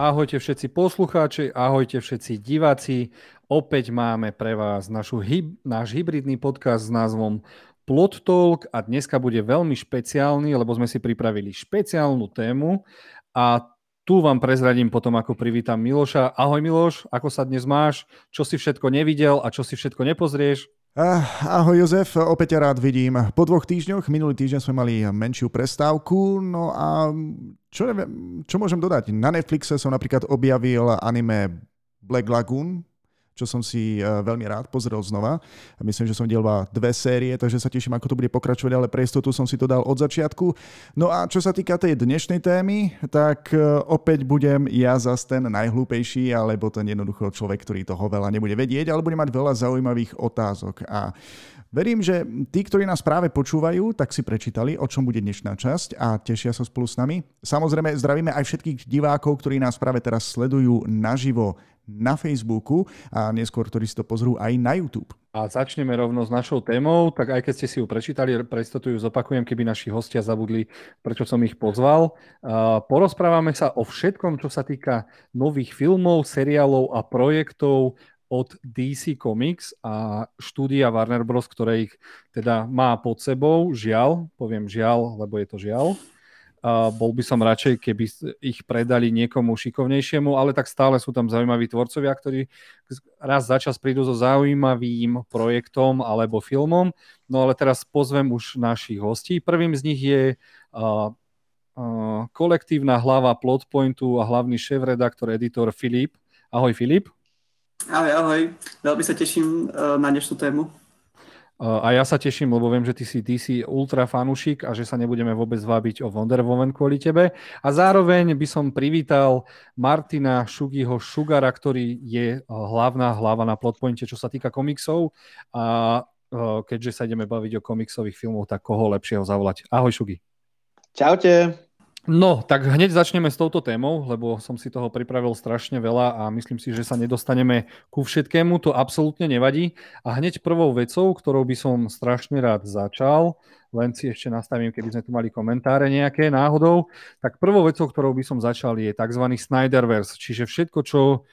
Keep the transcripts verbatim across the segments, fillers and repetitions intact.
Ahojte všetci poslucháči, ahojte všetci diváci. Opäť máme pre vás našu hyb, náš hybridný podcast s názvom Plot Talk a dneska bude veľmi špeciálny, lebo sme si pripravili špeciálnu tému a tu vám prezradím potom, ako privítam Miloša. Ahoj Miloš, ako sa dnes máš? Čo si všetko nevidel a čo si všetko nepozrieš? Ah, ahoj Jozef, opäť ťa rád vidím. Po dvoch týždňoch, minulý týždeň sme mali menšiu prestávku, no a čo, neviem, čo môžem dodať? Na Netflixe som napríklad objavil anime Black Lagoon, čo som si veľmi rád pozrel znova. Myslím, že som videl iba dve série, takže sa teším, ako to bude pokračovať, ale pre istotu som si to dal od začiatku. No a čo sa týka tej dnešnej témy, tak opäť budem ja zas ten najhlúpejší, alebo ten jednoducho človek, ktorý toho veľa nebude vedieť, ale bude mať veľa zaujímavých otázok. A verím, že tí, ktorí nás práve počúvajú, tak si prečítali, o čom bude dnešná časť a tešia sa spolu s nami. Samozrejme, zdravíme aj všetkých divákov, ktorí nás práve teraz sledujú naživo na Facebooku a neskôr, ktorí si to pozrú aj na YouTube. A začneme rovno s našou témou, tak aj keď ste si ju prečítali, pre istotu ju zopakujem, keby naši hostia zabudli, prečo som ich pozval. Porozprávame sa o všetkom, čo sa týka nových filmov, seriálov a projektov od dé cé Comics a štúdia Warner Bros., ktoré ich teda má pod sebou. Žiaľ, poviem žiaľ, lebo je to žiaľ. Uh, bol by som radšej, keby ich predali niekomu šikovnejšiemu, ale tak stále sú tam zaujímaví tvorcovia, ktorí raz za čas prídu so zaujímavým projektom alebo filmom. No ale teraz pozvem už našich hostí. Prvým z nich je uh, uh, kolektívna hlava Plotpointu a hlavný šéf-redaktor, editor Filip. Ahoj Filip. Ahoj, ahoj. Veľmi sa teším uh, na dnešnú tému. A ja sa teším, lebo viem, že ty si dé cé ultra fanúšik a že sa nebudeme vôbec vábiť o Wonder Woman kvôli tebe. A zároveň by som privítal Martina Šugiho Šugara, ktorý je hlavná hlava na Plotpointe, čo sa týka komiksov. A keďže sa ideme baviť o komiksových filmoch, tak koho lepšieho zavolať. Ahoj Šugi. Čaute. No, tak hneď začneme s touto témou, lebo som si toho pripravil strašne veľa a myslím si, že sa nedostaneme ku všetkému, to absolútne nevadí. A hneď prvou vecou, ktorou by som strašne rád začal, len si ešte nastavím, keby sme tu mali komentáre nejaké náhodou, tak prvou vecou, ktorou by som začal, je tzv. Snyderverse, čiže všetko, čo uh,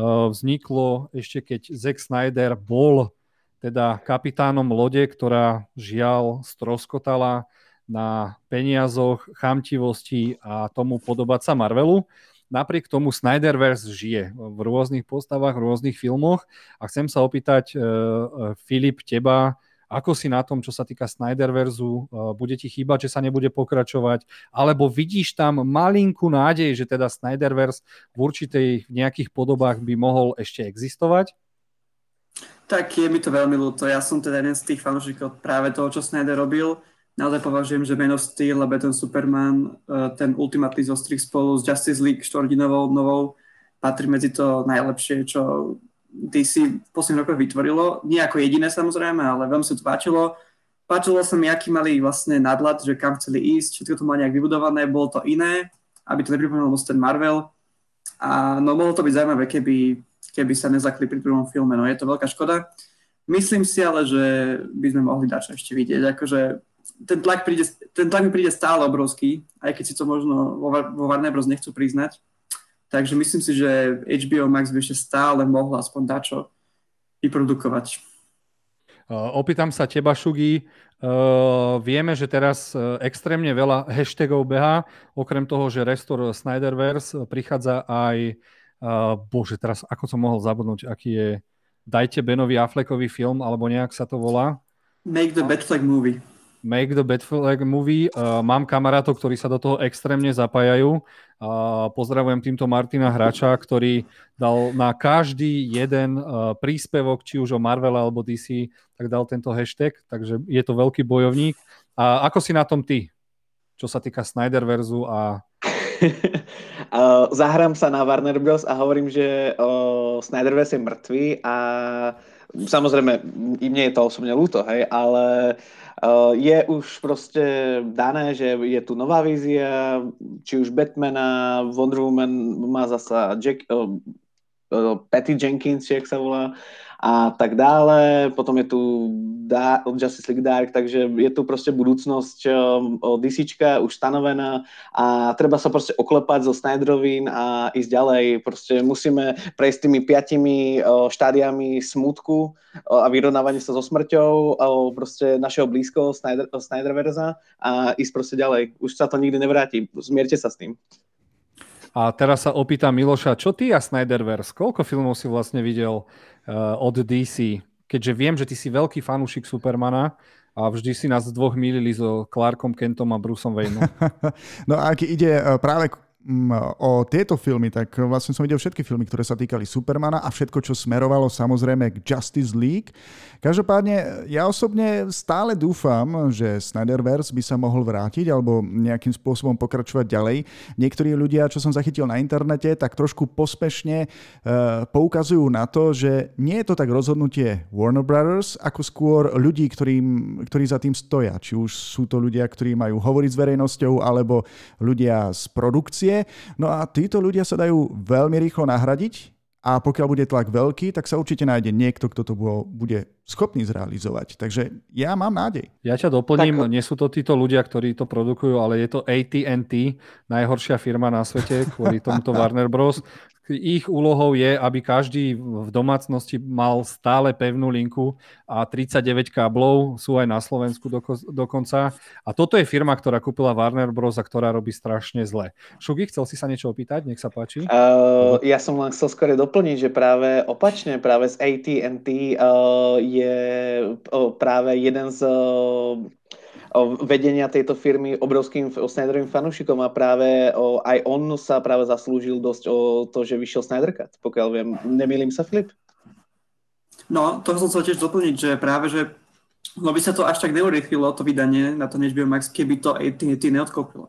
vzniklo ešte keď Zack Snyder bol teda kapitánom lode, ktorá žiaľ stroskotala na peniazoch, chamtivosti a tomu podobať sa Marvelu. Napriek tomu Snyderverse žije v rôznych postavách, v rôznych filmoch a chcem sa opýtať, uh, Filip, teba, ako si na tom, čo sa týka Snyderverzu, uh, bude ti chýbať, že sa nebude pokračovať, alebo vidíš tam malinkú nádej, že teda Snyderverse v určitej v nejakých podobách by mohol ešte existovať? Tak je mi to veľmi ľúto. Ja som teda jeden z tých fanúšikov práve toho, čo Snyder robil. Naozaj považujem, že Man of Steel, Batman Superman, ten ultimátny zostrih spolu s Justice League štvordinovou novou patrí medzi to najlepšie, čo dé cé v posledných rokoch vytvorilo. Nie ako jediné samozrejme, ale veľmi sa to páčilo. Páčilo sa mi, aký mali vlastne nadhľad, že kam chceli ísť, všetko to mali nejak vybudované, bolo to iné, aby to nepripomínalo moc ten Marvel. A no mohlo to byť zaujímavé, keby, keby sa nezakli pri prvom filme, no je to veľká škoda. Myslím si ale, že by sme mohli dať ešte vidieť, akože ten tlak, príde, ten tlak mi príde stále obrovský, aj keď si to možno vo, vo Warner Bros. Nechcú priznať. Takže myslím si, že há bé ó Max by ešte stále mohla aspoň dačo vyprodukovať. Uh, opýtam sa teba, Šugi. Uh, vieme, že teraz uh, extrémne veľa hashtagov behá. Okrem toho, že Restore Snyderverse prichádza aj, uh, bože, teraz ako som mohol zabudnúť, aký je Dajte Benovi Affleckovi film, alebo nejak sa to volá. Make the Batfleck movie. Make the Batfleck movie. Uh, mám kamarátov, ktorí sa do toho extrémne zapájajú. Uh, pozdravujem týmto Martina Hrača, ktorý dal na každý jeden uh, príspevok, či už o Marvel alebo dé cé, tak dal tento hashtag, takže je to veľký bojovník. A ako si na tom ty, čo sa týka Snyderverzu a... uh, zahrám sa na Warner Bros. A hovorím, že uh, Snyderverse je mŕtvý a samozrejme, im nie je to osobne ľúto, hej, ale uh, je už proste dané, že je tu nová vízia, či už Batmana, Wonder Woman má zasa Jack, uh, Patty Jenkins, či jak sa volá, a tak dále. Potom je tu da- Justice League Dark, takže je tu proste budúcnosť DCčka už stanovená a treba sa proste oklepať zo Snyderovín a ísť ďalej. Proste musíme prejsť tými piatimi štádiami smutku a vyrovnávanie sa so smrťou proste našeho blízkoho Snyder, Snyderverza a ísť proste ďalej. Už sa to nikdy nevráti. Zmierte sa s tým. A teraz sa opýtam Miloša, čo ty a Snyderverse? Koľko filmov si vlastne videl uh, od dé cé? Keďže viem, že ty si veľký fanúšik Supermana a vždy si nás dvoch mýlili so Clarkom Kentom a Bruceom Wayneom. No a ak ide práve o tieto filmy, tak vlastne som videl všetky filmy, ktoré sa týkali Supermana a všetko, čo smerovalo samozrejme k Justice League. Každopádne ja osobne stále dúfam, že Snyderverse by sa mohol vrátiť alebo nejakým spôsobom pokračovať ďalej. Niektorí ľudia, čo som zachytil na internete, tak trošku pospešne uh, poukazujú na to, že nie je to tak rozhodnutie Warner Brothers, ako skôr ľudí, ktorým, ktorí za tým stoja. Či už sú to ľudia, ktorí majú hovoriť s verejnosťou, alebo ľudia z produkcie. No a títo ľudia sa dajú veľmi rýchlo nahradiť a pokiaľ bude tlak veľký, tak sa určite nájde niekto, kto to bude schopný zrealizovať. Takže ja mám nádej. Ja ťa doplním, tak... nie sú to títo ľudia, ktorí to produkujú, ale je to á té and té, najhoršia firma na svete kvôli tomuto Warner Bros. Ich úlohou je, aby každý v domácnosti mal stále pevnú linku a tridsaťdeväť káblov, sú aj na Slovensku doko- dokonca. A toto je firma, ktorá kúpila Warner Bros. A ktorá robí strašne zle. Šugi, chcel si sa niečo opýtať? Nech sa páči. Uh, ja som len chcel skôr doplniť, že práve opačne, práve z á té and té uh, je uh, práve jeden z uh, vedenia tejto firmy obrovským Snyderovým fanúšikom a práve o, aj on sa práve zaslúžil dosť o to, že vyšiel Snyder Cut, pokiaľ viem. Nemýlim sa, Filip? No, to som chcel tiež doplniť, že práve, že no by sa to až tak neurýchlilo, to vydanie na to H B O Max, keby to á té and té neodkúpilo.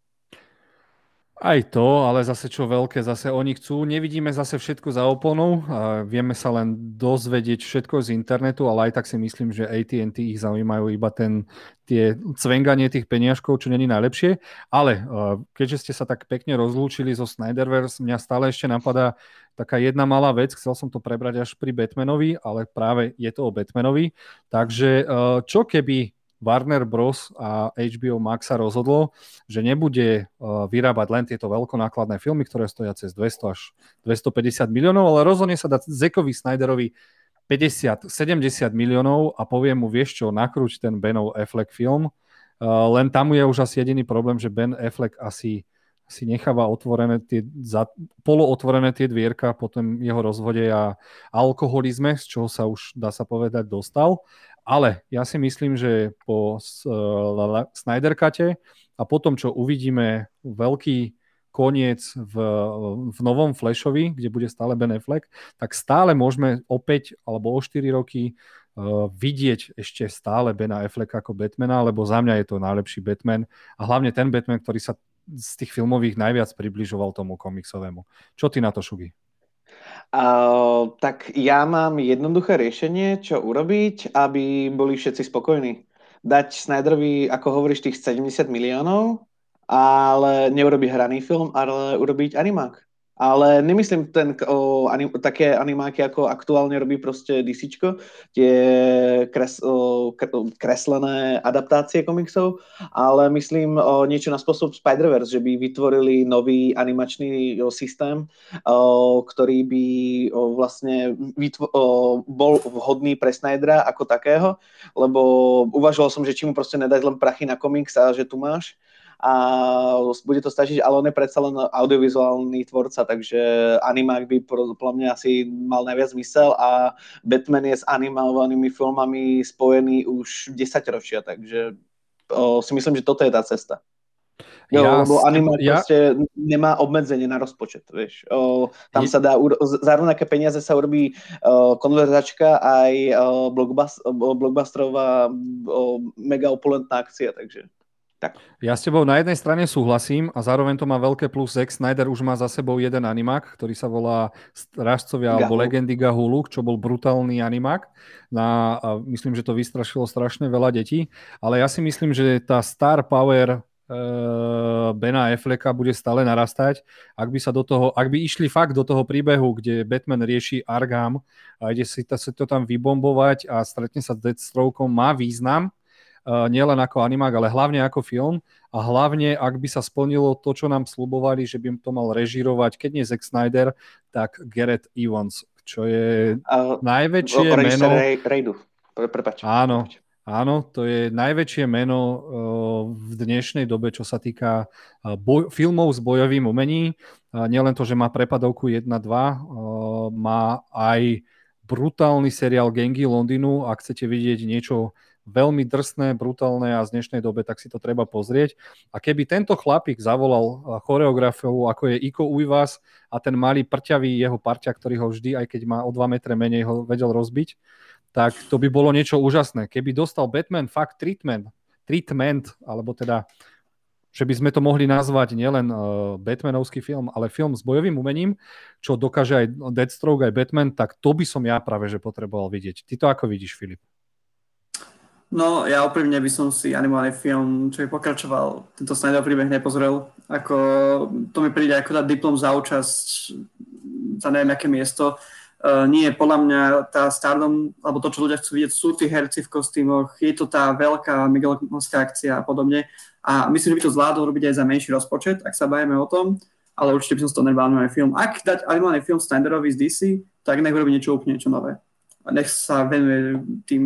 Aj to, ale zase čo veľké, zase oni chcú. Nevidíme zase všetko za oponou. A vieme sa len dozvedieť všetko z internetu, ale aj tak si myslím, že á té and té ich zaujímajú iba ten, tie cvenganie tých peniažkov, čo není najlepšie. Ale keďže ste sa tak pekne rozlúčili zo Snyderverse, mňa stále ešte napadá taká jedna malá vec. Chcel som to prebrať až pri Batmanovi, ale práve je to o Batmanovi. Takže čo keby Warner Bros. A há bé ó Max sa rozhodlo, že nebude vyrábať len tieto veľkonákladné filmy, ktoré stoja cez dvesto až dvestopäťdesiat miliónov, ale rozhodne sa dať Zackovi Snyderovi päťdesiat sedemdesiat miliónov a povie mu, vieš čo, nakrúť ten Benov Affleck film. Len tam je už asi jediný problém, že Ben Affleck asi, si necháva otvorené tie, polootvorené tie dvierka po tom jeho rozvode a alkoholizme, z čoho sa už, dá sa povedať, dostal. Ale ja si myslím, že po uh, Snyder Cute a potom, čo uvidíme veľký koniec v, v novom Flashovi, kde bude stále Ben Affleck, tak stále môžeme opäť alebo o štyri roky uh, vidieť ešte stále Bena Afflecka ako Batmana, lebo za mňa je to najlepší Batman a hlavne ten Batman, ktorý sa z tých filmových najviac približoval tomu komiksovému. Čo ty na to, Šugi? Uh, tak ja mám jednoduché riešenie, čo urobiť, aby boli všetci spokojní. Dať Snyderovi, ako hovoríš, tých sedemdesiat miliónov, ale neurobiť hraný film, ale urobiť animák. Ale nemyslím ten, o, anim, také animáky, ako aktuálne robí proste DCčko, tie kres, o, kreslené adaptácie komiksov, ale myslím o, niečo na spôsob Spider-Verse, že by vytvorili nový animačný o, systém, o, ktorý by o, vlastne vytvo, o, bol vhodný pre Snydera ako takého, lebo uvažoval som, že či mu proste nedať len prachy na komiks a že tu máš, a bude to stačiť, ale on je predsa len audiovizuálny tvorca, takže animák by podľa mňa asi mal najviac zmysel a Batman je s animovanými filmami spojený už desaťročia, takže o, si myslím, že toto je tá cesta. Jo, ja, lebo animák ja... proste nemá obmedzenie na rozpočet, vieš. O, tam je... sa dá, za rovnaké peniaze sa urobí o, konverzačka aj o, blockbust, o, blockbusterová o, mega opulentná akcia, takže tak. Ja s tebou na jednej strane súhlasím a zároveň to má veľké plus. Zack Snyder už má za sebou jeden animák, ktorý sa volá Strážcovia alebo Legendy Gahulu, čo bol brutálny animák. Na, myslím, že to vystrašilo strašne veľa detí. Ale ja si myslím, že tá star power Bena Afflecka bude stále narastať. Ak by sa do toho, ak by išli fakt do toho príbehu, kde Batman rieši Arkham a ide si to, si to tam vybombovať a stretne sa s Deathstrokeom, má význam, uh, nielen ako animák, ale hlavne ako film a hlavne, ak by sa splnilo to, čo nám sľubovali, že by to mal režírovať, keď nie Zack Snyder, tak Gareth Evans, čo je uh, najväčšie meno... Ray, Raidu. Pre, prepač. Áno. Prepač. Áno, to je najväčšie meno uh, v dnešnej dobe, čo sa týka uh, boj- filmov s bojovým umením. Uh, nielen to, že má prepadovku jedna dva, uh, má aj brutálny seriál Gangy Londýnu. Ak chcete vidieť niečo veľmi drsné, brutálne a z dnešnej dobe, tak si to treba pozrieť. A keby tento chlapík zavolal uh, choreografov, ako je Iko Uivas a ten malý prťavý jeho parťa, ktorý ho vždy, aj keď má o dva metre menej, ho vedel rozbiť, tak to by bolo niečo úžasné. Keby dostal Batman fakt treatment, treatment, alebo teda, že by sme to mohli nazvať nielen uh, Batmanovský film, ale film s bojovým umením, čo dokáže aj Deathstroke, aj Batman, tak to by som ja práve že potreboval vidieť. Ty to ako vidíš, Filip? No, ja úprimne by som si animovaný film, čo by pokračoval, tento Snyderov príbeh nepozrel. Ako, to mi príde ako dať diplom za účasť za neviem aké miesto. Uh, nie, podľa mňa tá Stardom, alebo to, čo ľudia chcú vidieť, sú tí herci v kostýmoch, je to tá veľká megalomanská akcia a podobne. A myslím, že by to zvládol robiť aj za menší rozpočet, ak sa bavíme o tom, ale určite by som z toho nebal animovaný film. Ak dať animovaný film Snyderovi z dé cé, tak nech robí niečo úplne niečo nové. A nech sa venuje tým,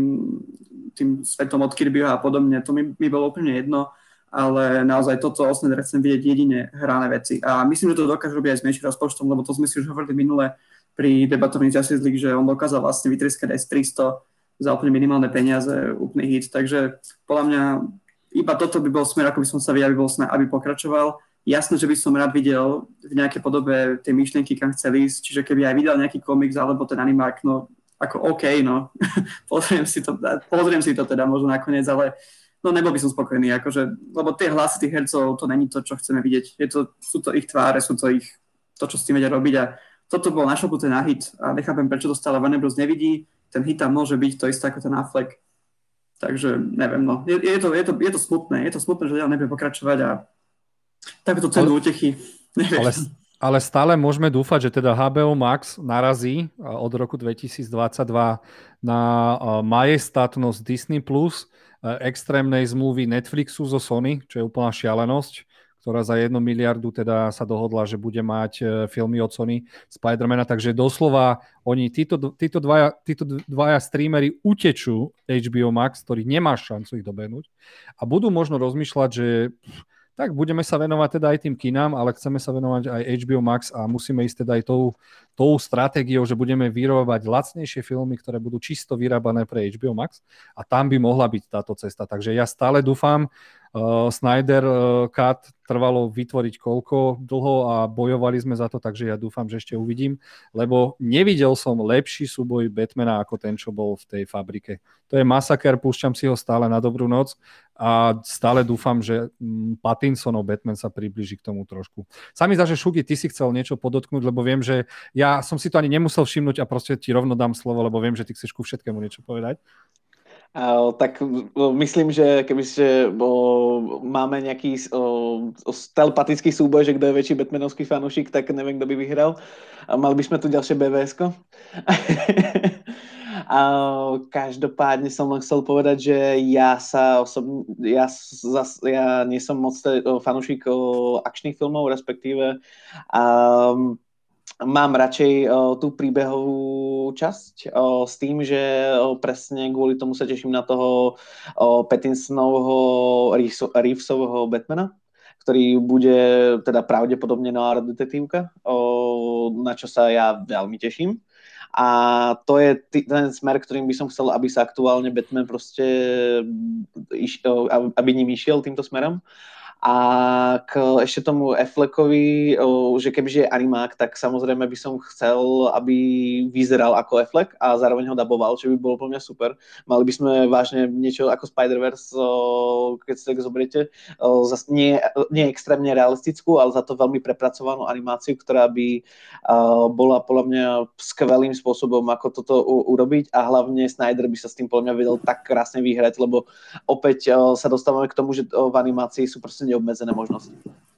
tým svetom od Kirbyho a podobne. To mi, mi bolo úplne jedno, ale naozaj toto o Snyder chcem vidieť jedine hrané veci. A myslím, že to dokáže robiť aj s menším rozpočtom, lebo to sme si už hovorili minule pri debatovaní Justice League, že on dokázal vlastne vytrieskať aj z tristo za úplne minimálne peniaze, úplný hit. Takže podľa mňa iba toto by bol smer, ako by som sa videl, aby, bol smer, aby pokračoval. Jasné, že by som rád videl v nejakej podobe tie myšlienky, kam chcel ísť, čiže keby aj videl nejaký komiks alebo ten animák, no ako OK, no pozriem si to, pozriem si to teda možno nakoniec, ale no nebol by som spokojný, akože, lebo tie hlasy tých hercov, to není to, čo chceme vidieť. Je to, sú to ich tváre, sú to ich, to, čo s tým vedia robiť a toto bol našoputé na hit a nechápem, prečo to stále Warner Bros. Nevidí. Ten hit tam môže byť to isté ako ten Affleck. Takže neviem, no. Je, je, to, je, to, je to smutné. Je to smutné, že ďalej nebude pokračovať a takúto cenu útechy. Ale, ale stále môžeme dúfať, že teda há bé ó Max narazí od roku dvetisícdvadsaťdva na majestátnosť Disney plus, extrémnej zmluvy Netflixu zo Sony, čo je úplná šialenosť, ktorá za jednu miliardu teda sa dohodla, že bude mať filmy od Sony Spidermana, takže doslova oni, títo, títo, dvaja, títo dvaja streamery utečú há bé ó Max, ktorý nemá šancu ich dobehnúť a budú možno rozmýšľať, že tak budeme sa venovať teda aj tým kinám, ale chceme sa venovať aj há bé ó Max a musíme ísť teda aj tou, tou stratégiou, že budeme vyrábať lacnejšie filmy, ktoré budú čisto vyrábané pre há bé ó Max a tam by mohla byť táto cesta. Takže ja stále dúfam, Uh, Snyder uh, Cut trvalo vytvoriť koľko dlho a bojovali sme za to, takže ja dúfam, že ešte uvidím, lebo nevidel som lepší súboj Batmana ako ten, čo bol v tej fabrike. To je masaker, púšťam si ho stále na dobrú noc a stále dúfam, že um, Pattinsonov Batman sa priblíži k tomu trošku. Sami zdá, že Šugi, ty si chcel niečo podotknúť, lebo viem, že ja som si to ani nemusel všimnúť a proste ti rovno dám slovo, lebo viem, že ty chceš ku všetkému niečo povedať. Uh, tak uh, myslím, že keby ste uh, máme nejaký uh, telepatický súboj, že kto je väčší Batmanovský fanúšik, tak neviem, kto by vyhral. A mali by sme tu ďalšie bé vé esko. A každopádne som len chcel povedať, že ja sa osobne, ja, zas, ja nie som moc fanúšik akčných filmov, respektíve um, mám radšej o, tú príbehovú časť o, s tým, že o, presne kvôli tomu sa teším na toho o, Pattinsonovho Reevesovho Batmana, ktorý bude teda pravdepodobne nová detektívka, o, na čo sa ja veľmi teším. A to je t- ten smer, ktorým by som chcel, aby sa aktuálne Batman proste iš, aby ním išiel týmto smerom. A k ešte tomu Affleckovi, že kebyže je animák, tak samozrejme by som chcel, aby vyzeral ako Affleck a zároveň ho daboval, čo by bolo po mňa super. Mali by sme vážne niečo ako Spider-Verse, keď si tak zoberiete, nie, nie extrémne realistickú, ale za to veľmi prepracovanú animáciu, ktorá by bola podľa mňa skvelým spôsobom, ako toto urobiť a hlavne Snyder by sa s tým podľa mňa vedel tak krásne vyhrať, lebo opäť sa dostávame k tomu, že v animácii sú proste neobmedzené možnosti.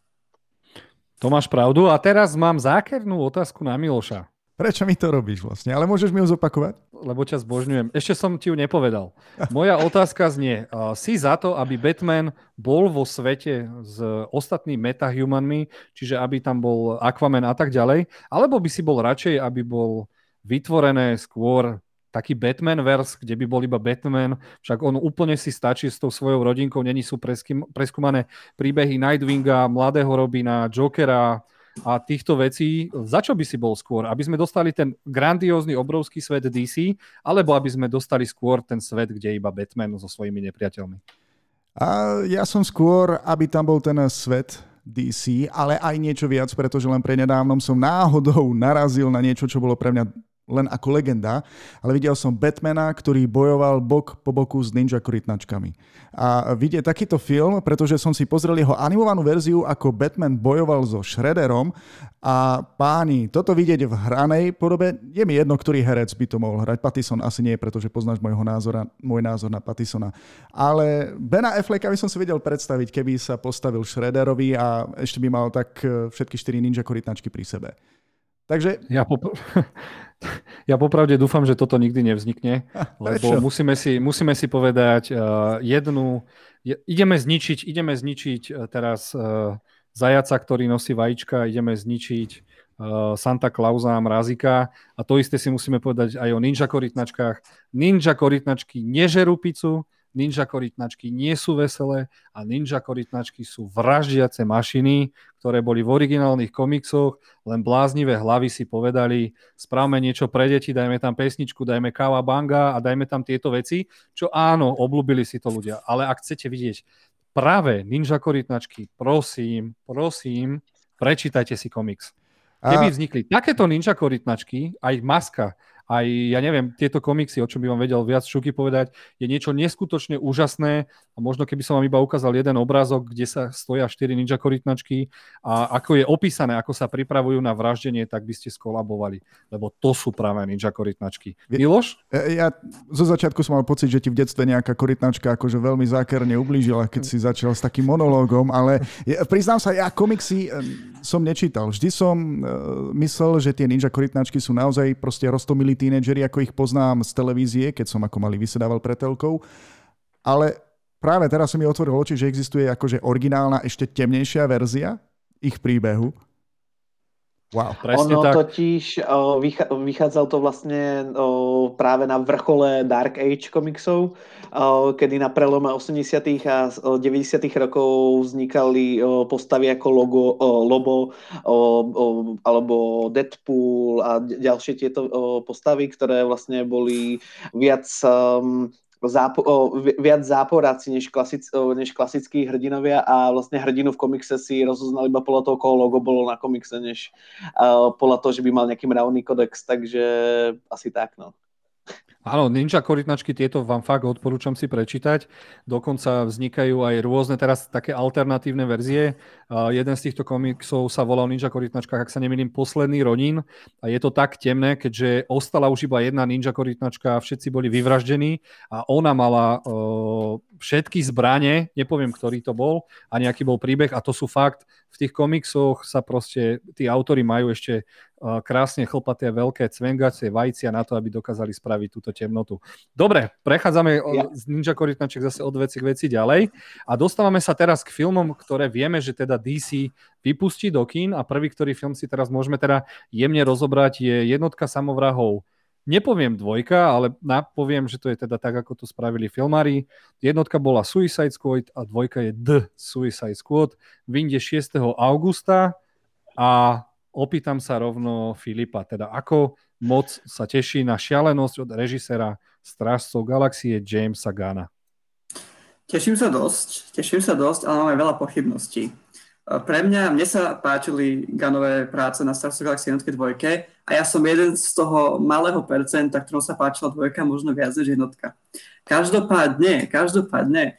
To máš pravdu. A teraz mám zákernú otázku na Miloša. Prečo mi to robíš vlastne? Ale môžeš mi ju zopakovať? Lebo ťa zbožňujem. Ešte som ti ju nepovedal. Moja otázka znie, uh, si za to, aby Batman bol vo svete s ostatnými metahumanmi, čiže aby tam bol Aquaman a tak ďalej, alebo by si bol radšej, aby bol vytvorené skôr taký Batman-verse, kde by bol iba Batman, však on úplne si stačí s tou svojou rodinkou, není sú preským, preskúmané príbehy Nightwinga, Mladého Robina, Jokera a týchto vecí. Za čo by si bol skôr? Aby sme dostali ten grandiózny, obrovský svet dé cé, alebo aby sme dostali skôr ten svet, kde je iba Batman so svojimi nepriateľmi? A ja som skôr, aby tam bol ten svet dé cé, ale aj niečo viac, pretože len prednedávnom som náhodou narazil na niečo, čo bolo pre mňa len ako legenda, ale videl som Batmana, ktorý bojoval bok po boku s ninja korytnačkami. A vidieť takýto film, pretože som si pozrel jeho animovanú verziu, ako Batman bojoval so Shredderom a páni, toto vidieť v hranej podobe, je mi jedno, ktorý herec by to mohol hrať. Pattison asi nie, pretože poznáš môjho názora, môj názor na Pattisona. Ale Bena Afflecka by som si vedel predstaviť, keby sa postavil Shredderovi a ešte by mal tak všetky štyri ninja korytnačky pri sebe. Takže... Ja, popr- ja popravde dúfam, že toto nikdy nevznikne, lebo musíme si, musíme si povedať uh, jednu... Je, ideme zničiť, ideme zničiť uh, teraz uh, zajaca, ktorý nosí vajíčka, ideme zničiť uh, Santa Clausa, mrazika a to isté si musíme povedať aj o ninja korytnačkách. Ninja korytnačky nežerú pizzu, ninja korytnačky nie sú veselé a ninja korytnačky sú vraždiace mašiny, ktoré boli v originálnych komiksoch, len bláznivé hlavy si povedali, správme niečo pre deti, dajme tam pesničku, dajme Kawabanga a dajme tam tieto veci, čo áno, obľúbili si to ľudia. Ale ak chcete vidieť práve ninja korytnačky, prosím, prosím, prečítajte si komiks. Keby vznikli takéto ninja korytnačky, aj maska, aj, ja neviem, tieto komiksy, o čom by vám vedel viac Šuky povedať, je niečo neskutočne úžasné a možno keby som vám iba ukázal jeden obrázok, kde sa stoja štyri ninja korytnačky a ako je opísané, ako sa pripravujú na vraždenie, tak by ste skolabovali, lebo to sú práve ninja korytnačky. Miloš? Ja zo začiatku som mal pocit, že ti v detstve nejaká korytnačka akože veľmi zákerne ublížila, keď si začal s takým monológom, ale ja, priznám sa, ja komiksy som nečítal. Vždy som uh, myslel, že tie ninja korytnačky sú naozaj proste roztomilí tínedžeri, ako ich poznám z televízie, keď som ako malý vysedával pred telkou. Ale práve teraz som mi otvoril oči, že existuje akože originálna, ešte temnejšia verzia ich príbehu. Wow. Presne ono tak. Totiž o, vychádzal to vlastne o, práve na vrchole Dark Age komiksov, o, kedy na prelome osemdesiatych a deväťdesiatych rokov vznikali o, postavy ako logo, o, Lobo o, o, alebo Deadpool a ďalšie tieto o, postavy, ktoré vlastne boli viac... Um, Zápo- o, viac záporáci než, klasic- o, než klasickí hrdinovia a vlastne hrdinu v komikse si rozoznali iba podľa toho, koho logo bolo na komikse, než uh, podľa toho, že by mal nejaký mravný kodex, takže asi tak, no. Áno, ninja korytnačky, tieto vám fakt odporúčam si prečítať. Dokonca vznikajú aj rôzne teraz také alternatívne verzie. Uh, jeden z týchto komiksov sa volal Ninja korytnačkách, ak sa nemýlim, Posledný Ronin. A je to tak temné, keďže ostala už iba jedna ninja korytnačka, všetci boli vyvraždení a ona mala uh, všetky zbrane, nepoviem, ktorý to bol, a nejaký bol príbeh a to sú fakt, v tých komiksoch sa proste, tí autori majú ešte uh, krásne chlpaté veľké cvengacie vajcia na to, aby dokázali spraviť túto temnotu. Dobre, prechádzame ja. z ninja korytnačiek zase od veci k veci ďalej a dostávame sa teraz k filmom, ktoré vieme, že teda dé cé vypustí do kín a prvý, ktorý film si teraz môžeme teda jemne rozobrať, je Jednotka samovrahov. Nepoviem dvojka, ale poviem, že to je teda tak, ako to spravili filmári. Jednotka bola Suicide Squad a dvojka je The Suicide Squad. Vyjde šiesteho augusta a opýtam sa rovno Filipa, teda ako moc sa teší na šialenosť od režiséra Strážcov galaxie Jamesa Gunna. Teším sa dosť, teším sa dosť, ale mám aj veľa pochybností. Pre mňa, mne sa páčili Gunnové práce na Strážcov galaxie jednotke dvojke a ja som jeden z toho malého percenta, ktorom sa páčila dvojka, možno viac než jednotka. Každopádne, každopádne,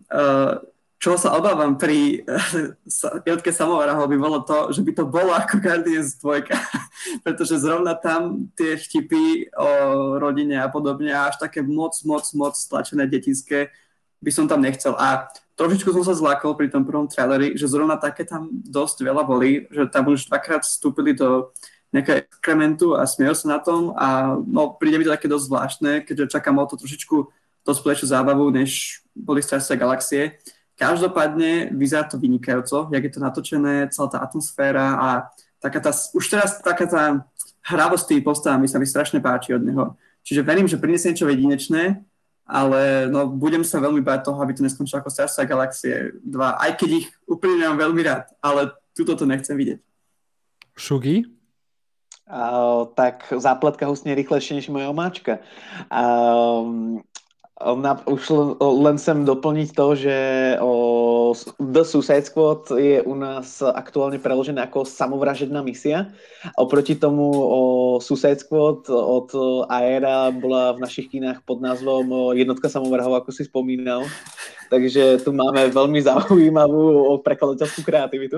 čo sa obávam pri jednotke samovrahov by bolo to, že by to bolo ako Guardians dvojka, pretože zrovna tam tie vtipy o rodine a podobne, až také moc, moc, moc stlačené detinské by som tam nechcel. A to trošičku som sa zlákol pri tom prvom traileri, že zrovna také tam dosť veľa boli, že tam už dvakrát vstúpili do nejakého exkrementu a smejú sa na tom a no, príde mi to také dosť zvláštne, keďže čakám o to trošičku dospelejšiu zábavu, než boli Strážcovia galaxie. Každopádne vyzerá to vynikajúco, jak je to natočené, celá tá atmosféra a taká tá, už teraz taká tá hravosť tými postavami sa mi strašne páči od neho. Čiže verím, že prinesie niečo jedinečné, ale no, budem sa veľmi báť toho, aby to neskončilo ako Strážcovia galaxie dva, aj keď ich úplne mám veľmi rád, ale túto to nechcem vidieť. Šugi? Uh, tak zápletka husne rýchlejšie než moja omáčka. Um, na, už len, len chcem doplniť to, že o, The Suicide Squad je u nás aktuálne preložené ako samovražedná misia. Oproti tomu o, Suicide Squad od Aera bola v našich kinách pod názvom Jednotka samovrahov, ako si spomínal. Takže tu máme veľmi zaujímavú prekladateľskú kreativitu.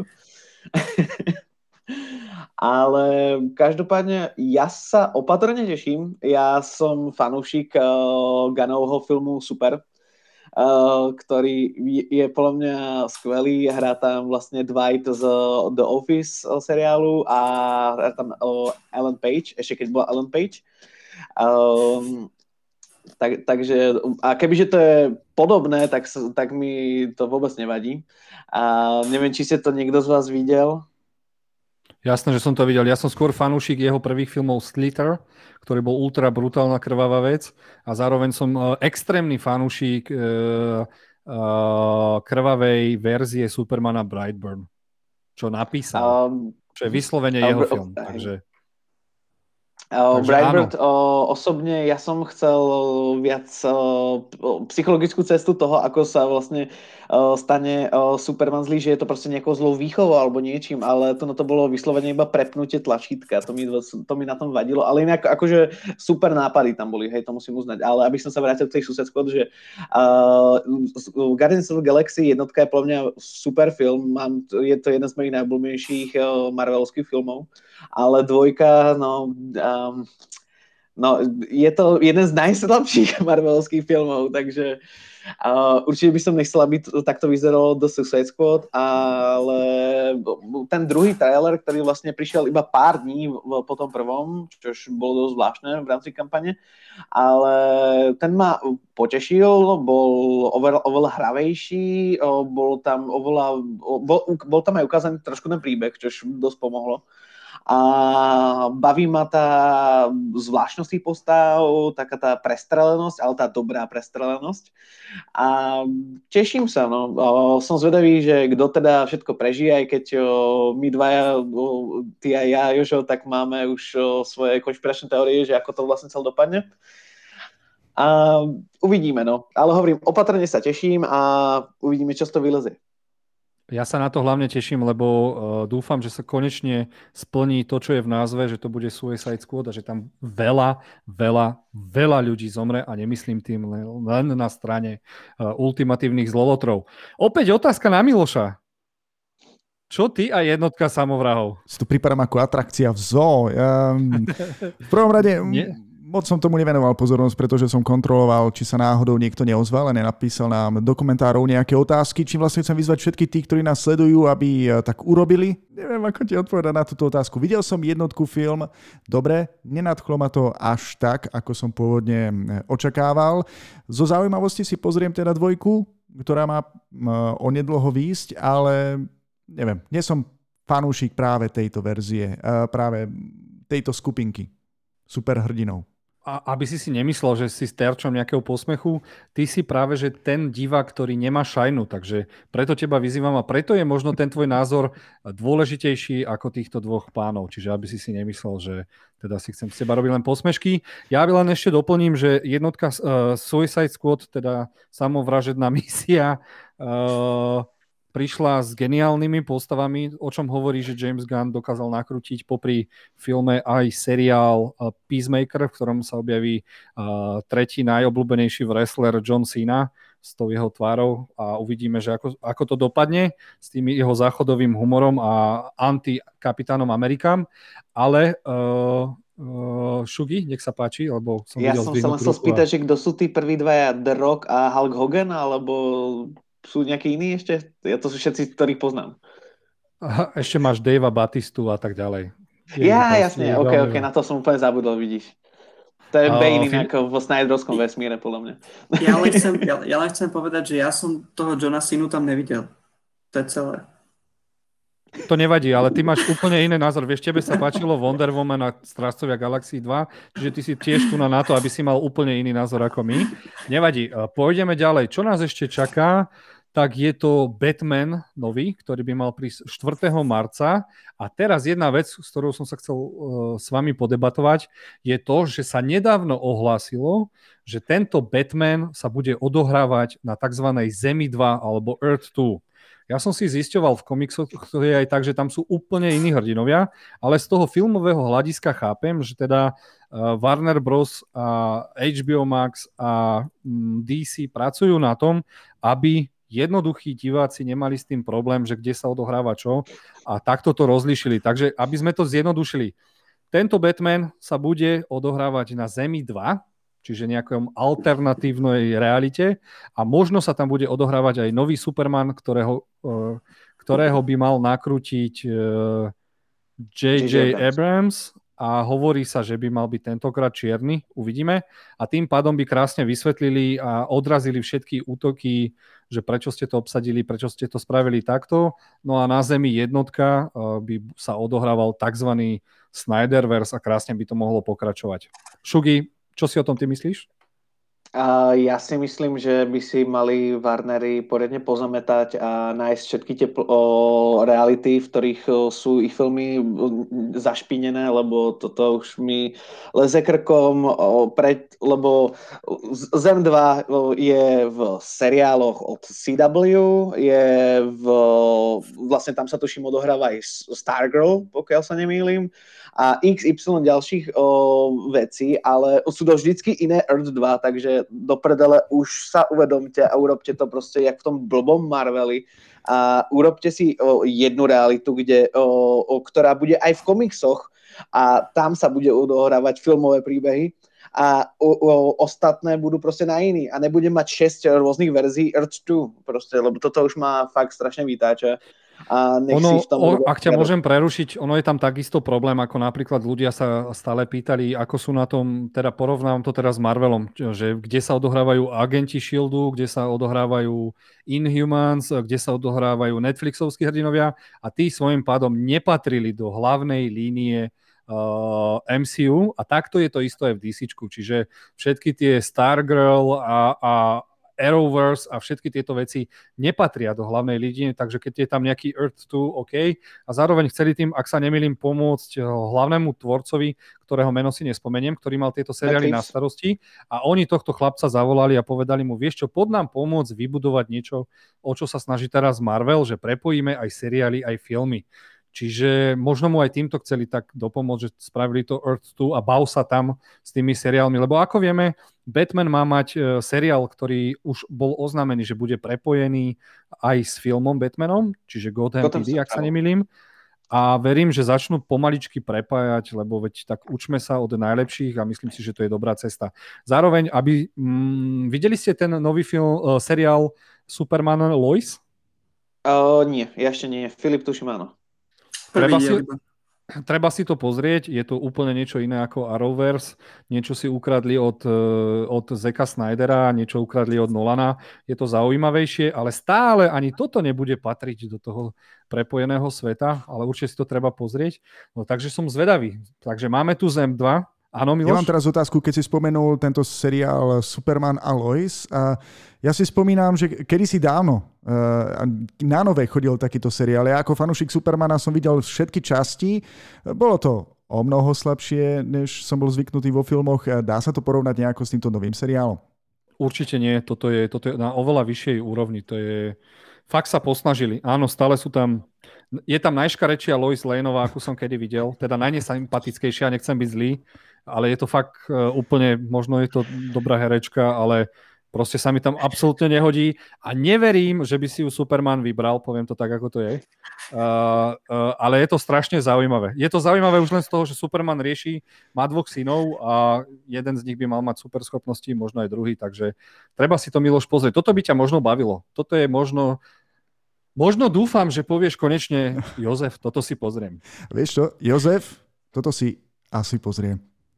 Ale každopádne ja sa opatrne teším. Ja som fanúšik uh, Gunnovho filmu Super, uh, ktorý je, je podľa mňa skvelý. Hrá tam vlastne Dwight z The Office seriálu a hrá tam uh, Ellen Page, ešte keď bola Ellen Page. Um, tak, takže, a kebyže to je podobné, tak, tak mi to vôbec nevadí. A neviem, či ste to niekto z vás videl. Jasné, že som to videl. Ja som skôr fanúšik jeho prvých filmov Slither, ktorý bol ultra brutálna krvavá vec a zároveň som uh, extrémny fanúšik uh, uh, krvavej verzie Supermana Brightburn, čo napísal, um, čo je vyslovene um, jeho um, film. Takže... Uh, Brightburn uh, osobne ja som chcel viac uh, psychologickú cestu toho, ako sa vlastne uh, stane uh, Superman zlý, že je to proste nejakou zlou výchovou alebo niečím, ale to, no, to bolo vyslovene iba prepnutie tlačítka, to mi, to mi na tom vadilo, ale inak akože super nápady tam boli, hej, to musím uznať, ale aby som sa vrátil k tej Suicide Squad, že uh, Guardians of the Galaxy jednotka je podľa mňa super film, mám, je to jeden z mojich najobľúbenejších uh, Marvelovských filmov, ale dvojka, no um, no, je to jeden z najslabších Marvelovských filmov, takže uh, určite by som nechcel, aby to takto vyzeralo do Suicide Squad, ale ten druhý trailer, ktorý vlastne prišiel iba pár dní po tom prvom, čož bolo dosť zvláštne v rámci kampane, ale ten ma potešil, bol oveľa, oveľa hravejší, bol tam oveľa, bol, bol tam aj ukázaný trošku ten príbeh, čož dosť pomohlo. A baví ma tá zvláštnosť tých postav, taká tá prestrelenosť, ale tá dobrá prestrelenosť. A teším sa, no. Som zvedavý, že kto teda všetko prežije, aj keď my dvaja, ty a ja, Jožo, tak máme už svoje konšpiračné teórie, že ako to vlastne celé dopadne. A uvidíme, no. Ale hovorím, opatrne sa teším a uvidíme, čo z toho vylezie. Ja sa na to hlavne teším, lebo uh, dúfam, že sa konečne splní to, čo je v názve, že to bude Suicide Squad a že tam veľa, veľa, veľa ľudí zomre a nemyslím tým len, len na strane uh, ultimatívnych zlovotrov. Opäť otázka na Miloša. Čo ty a jednotka samovrahov? Si to pripadám ako atrakcia v zoo. Um, v prvom rade... Nie? Moc som tomu nevenoval pozornosť, pretože som kontroloval, či sa náhodou niekto neozval a nenapísal nám do komentárov nejaké otázky, čím vlastne chcem vyzvať všetky tí, ktorí nás sledujú, aby tak urobili. Neviem, ako ti odpovedať na túto otázku. Videl som jednotku film, dobre, nenadchlo ma to až tak, ako som pôvodne očakával. Zo zaujímavosti si pozriem teda dvojku, ktorá má onedlho výjsť, ale neviem, nie som fanúšik práve tejto verzie, práve tejto skupinky superhrdinov. A aby si si nemyslel, že si s terčom nejakého posmechu, ty si práve, že ten divák, ktorý nemá šajnu, takže preto teba vyzývam a preto je možno ten tvoj názor dôležitejší ako týchto dvoch pánov, čiže aby si si nemyslel, že teda si chcem z teba robiť len posmešky. Ja len ešte doplním, že jednotka uh, Suicide Squad, teda samovražedná misia, uh, prišla s geniálnymi postavami, o čom hovorí, že James Gunn dokázal nakrútiť popri filme aj seriál Peacemaker, v ktorom sa objaví uh, tretí najobľúbenejší wrestler John Cena s tou jeho tvárou a uvidíme, že ako, ako to dopadne s tým jeho záchodovým humorom a anti-kapitánom Amerikám. Ale uh, uh, Šugi, nech sa páči, lebo som ja videl som sa len chcel spýtať, a... že kto sú tí prví dvaja, The Rock a Hulk Hogan, alebo... sú nejakí iní ešte? Ja to sú všetci, ktorých poznám. Aha, ešte máš Davea Batistu a tak ďalej. Je Ja, proste, jasne, je ok, veľmi ok, veľa. na to som úplne zabudol, vidíš. To je A Bane Fili- inak vo Snyderovskom vesmíre, podľa mňa. Ja len, chcem, ja, ja len chcem povedať, že ja som toho Johna Cenu tam nevidel. To je celé. To nevadí, ale ty máš úplne iný názor. Vieš, tebe sa páčilo Wonder Woman a Strážcovia Galaxie dva, čiže ty si tiež tu na to, aby si mal úplne iný názor ako my. Nevadí, pôjdeme ďalej. Čo nás ešte čaká? Tak je to Batman nový, ktorý by mal prísť štvrtého marca. A teraz jedna vec, s ktorou som sa chcel uh, s vami podebatovať, je to, že sa nedávno ohlásilo, že tento Batman sa bude odohrávať na tzv. Zemi dva alebo Earth dva. Ja som si zisťoval v komiksoch, to je aj tak, že tam sú úplne iní hrdinovia, ale z toho filmového hľadiska chápem, že teda uh, Warner Bros. A há bé ó Max a um, dé cé pracujú na tom, aby jednoduchí diváci nemali s tým problém, že kde sa odohráva čo a takto to rozlíšili. Takže aby sme to zjednodušili, tento Batman sa bude odohrávať na Zemi dva, čiže nejakom alternatívnej realite a možno sa tam bude odohrávať aj nový Superman, ktorého, ktorého by mal nakrútiť jé jé Abrams a hovorí sa, že by mal byť tentokrát čierny, uvidíme. A tým pádom by krásne vysvetlili a odrazili všetky útoky, že prečo ste to obsadili, prečo ste to spravili takto. No a na Zemi jednotka by sa odohrával tzv. Snyderverse a krásne by to mohlo pokračovať. Šugi, čo si o tom ty myslíš? Uh, ja si myslím, že by si mali Warnery poriadne pozametať a nájsť všetky tie pl- o, reality, v ktorých o, sú ich filmy zašpinené, lebo toto už mi leze krkom, o, pre, lebo Zem dva o, je v seriáloch od cé vé, je v, vlastne tam sa tuším odohráva aj Stargirl, pokiaľ sa nemýlim, a iks ypsilon ďalších o, vecí, ale sú to vždycky iné Earth dva, takže do prdele už sa uvedomte a urobte to proste jak v tom blbom Marveli a urobte si o, jednu realitu, kde, o, o, ktorá bude aj v komiksoch a tam sa bude odohrávať filmové príbehy a o, o, ostatné budú proste na iný a nebudem mať šesť rôznych verzií Earth dva proste, lebo toto už ma fakt strašne vytáča. A nech ono, si v tom o, ak ťa môžem prerušiť, ono je tam takisto problém, ako napríklad ľudia sa stále pýtali, ako sú na tom, teda porovnám to teraz s Marvelom, že kde sa odohrávajú agenti Shieldu, kde sa odohrávajú Inhumans, kde sa odohrávajú Netflixovskí hrdinovia a tí svojím pádom nepatrili do hlavnej línie uh, em cé ú a takto je to isto aj v dé céčku, čiže všetky tie Stargirl a, a Arrowverse a všetky tieto veci nepatria do hlavnej línie, takže keď je tam nejaký Earth dva, OK. A zároveň chceli tým, ak sa nemýlim, pomôcť hlavnému tvorcovi, ktorého meno si nespomeniem, ktorý mal tieto seriály na starosti a oni tohto chlapca zavolali a povedali mu, vieš čo, pod nám pomôcť vybudovať niečo, o čo sa snaží teraz Marvel, že prepojíme aj seriály, aj filmy. Čiže možno mu aj týmto chceli tak dopomôcť, že spravili to Earth dva a bav sa tam s tými seriálmi, lebo ako vieme, Batman má mať e, seriál, ktorý už bol oznámený, že bude prepojený aj s filmom Batmanom, čiže Gotham pé dé, ak sa nemýlim. A verím, že začnú pomaličky prepájať, lebo veď tak učme sa od najlepších a myslím si, že to je dobrá cesta. Zároveň, aby... Mm, videli ste ten nový film, e, seriál Superman Lois? Uh, nie, ja ešte nie. Filip, tuším, áno. Treba si, treba si to pozrieť, je to úplne niečo iné ako Arrowverse, niečo si ukradli od, od Zacka Snydera, niečo ukradli od Nolana, je to zaujímavejšie, ale stále ani toto nebude patriť do toho prepojeného sveta, ale určite si to treba pozrieť. No takže som zvedavý. Takže máme tu Zem dva. Áno, Miloš? Ja mám teraz otázku, keď si spomenul tento seriál Superman a Lois. A ja si spomínam, že kedysi dávno na nové chodil takýto seriál. Ja ako fanúšik Supermana som videl všetky časti. Bolo to o mnoho slabšie, než som bol zvyknutý vo filmoch. Dá sa to porovnať nejako s týmto novým seriálom? Určite nie. Toto je, toto je na oveľa vyššej úrovni. To je... Fakt sa posnažili. Áno, stále sú tam... Je tam najškarečšia Lois Laneová, ako som kedy videl. Teda najnesympatickejšia, nechcem byť zlý, ale je to fakt uh, úplne, možno je to dobrá herečka, ale Proste sa mi tam absolútne nehodí a neverím, že by si ju Superman vybral, poviem to tak, ako to je. Uh, uh, ale je to strašne zaujímavé. Je to zaujímavé už len z toho, že Superman rieši, má dvoch synov a jeden z nich by mal mať superschopnosti, možno aj druhý, takže treba si to, Miloš, pozrieť. Toto by ťa možno bavilo. Toto je možno... Možno dúfam, že povieš konečne, Jozef, toto si pozriem. Vieš čo, Jozef, toto si asi pozriem.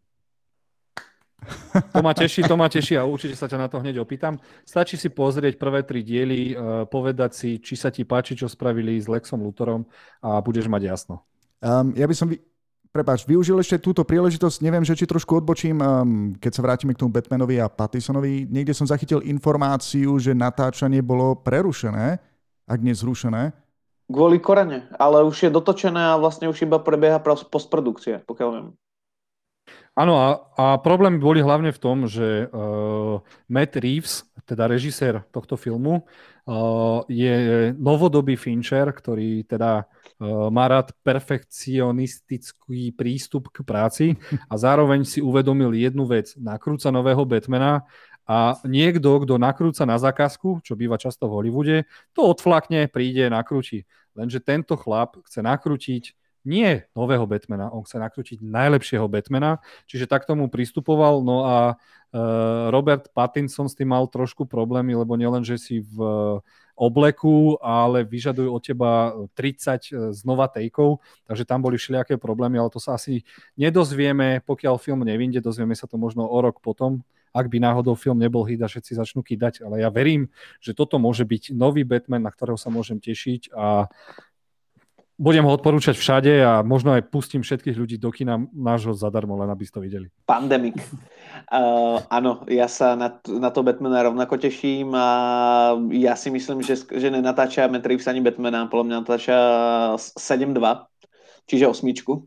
To ma teší, to ma teší a určite sa ťa na to hneď opýtam. Stačí si pozrieť prvé tri diely, povedať si, či sa ti páči, čo spravili s Lexom Lutherom a budeš mať jasno. Um, ja by som, vy... prepáč, využil ešte túto príležitosť, neviem, že či trošku odbočím, um, keď sa vrátime k tomu Batmanovi a Pattisonovi. Niekde som zachytil informáciu, že natáčanie bolo prerušené, ak nie zrušené. Kvôli korene, ale už je dotočené a vlastne už iba prebieha postprodukcia, pokiaľ viem. Áno, a, a problémy boli hlavne v tom, že uh, Matt Reeves, teda režisér tohto filmu, uh, je novodobý Fincher, ktorý teda uh, má rád perfekcionistický prístup k práci a zároveň si uvedomil jednu vec. Nakrúca nového Batmana a niekto, kto nakrúca na zákazku, čo býva často v Hollywoode, to odflakne, príde, nakrúti. Lenže tento chlap chce nakrútiť nie nového Batmana, on chce nakrútiť najlepšieho Batmana, čiže tak tomu pristupoval, no a uh, Robert Pattinson s tým mal trošku problémy, lebo nielen, že si v obleku, ale vyžadujú od teba tridsať znova takeov, takže tam boli všelijaké problémy, ale to sa asi nedozvieme, pokiaľ film nevyjde, dozvieme sa to možno o rok potom, ak by náhodou film nebol hit a všetci začnú kýdať, ale ja verím, že toto môže byť nový Batman, na ktorého sa môžem tešiť a budem ho odporúčať všade a možno aj pustím všetkých ľudí do kina nášho zadarmo, len aby ste to videli. Pandemic. Uh, áno, ja sa na, na to Batmana rovnako teším a ja si myslím, že, že nenatáča Matt Reeves ani Batmana, podľa mňa natáča sedem dva, čiže osmičku.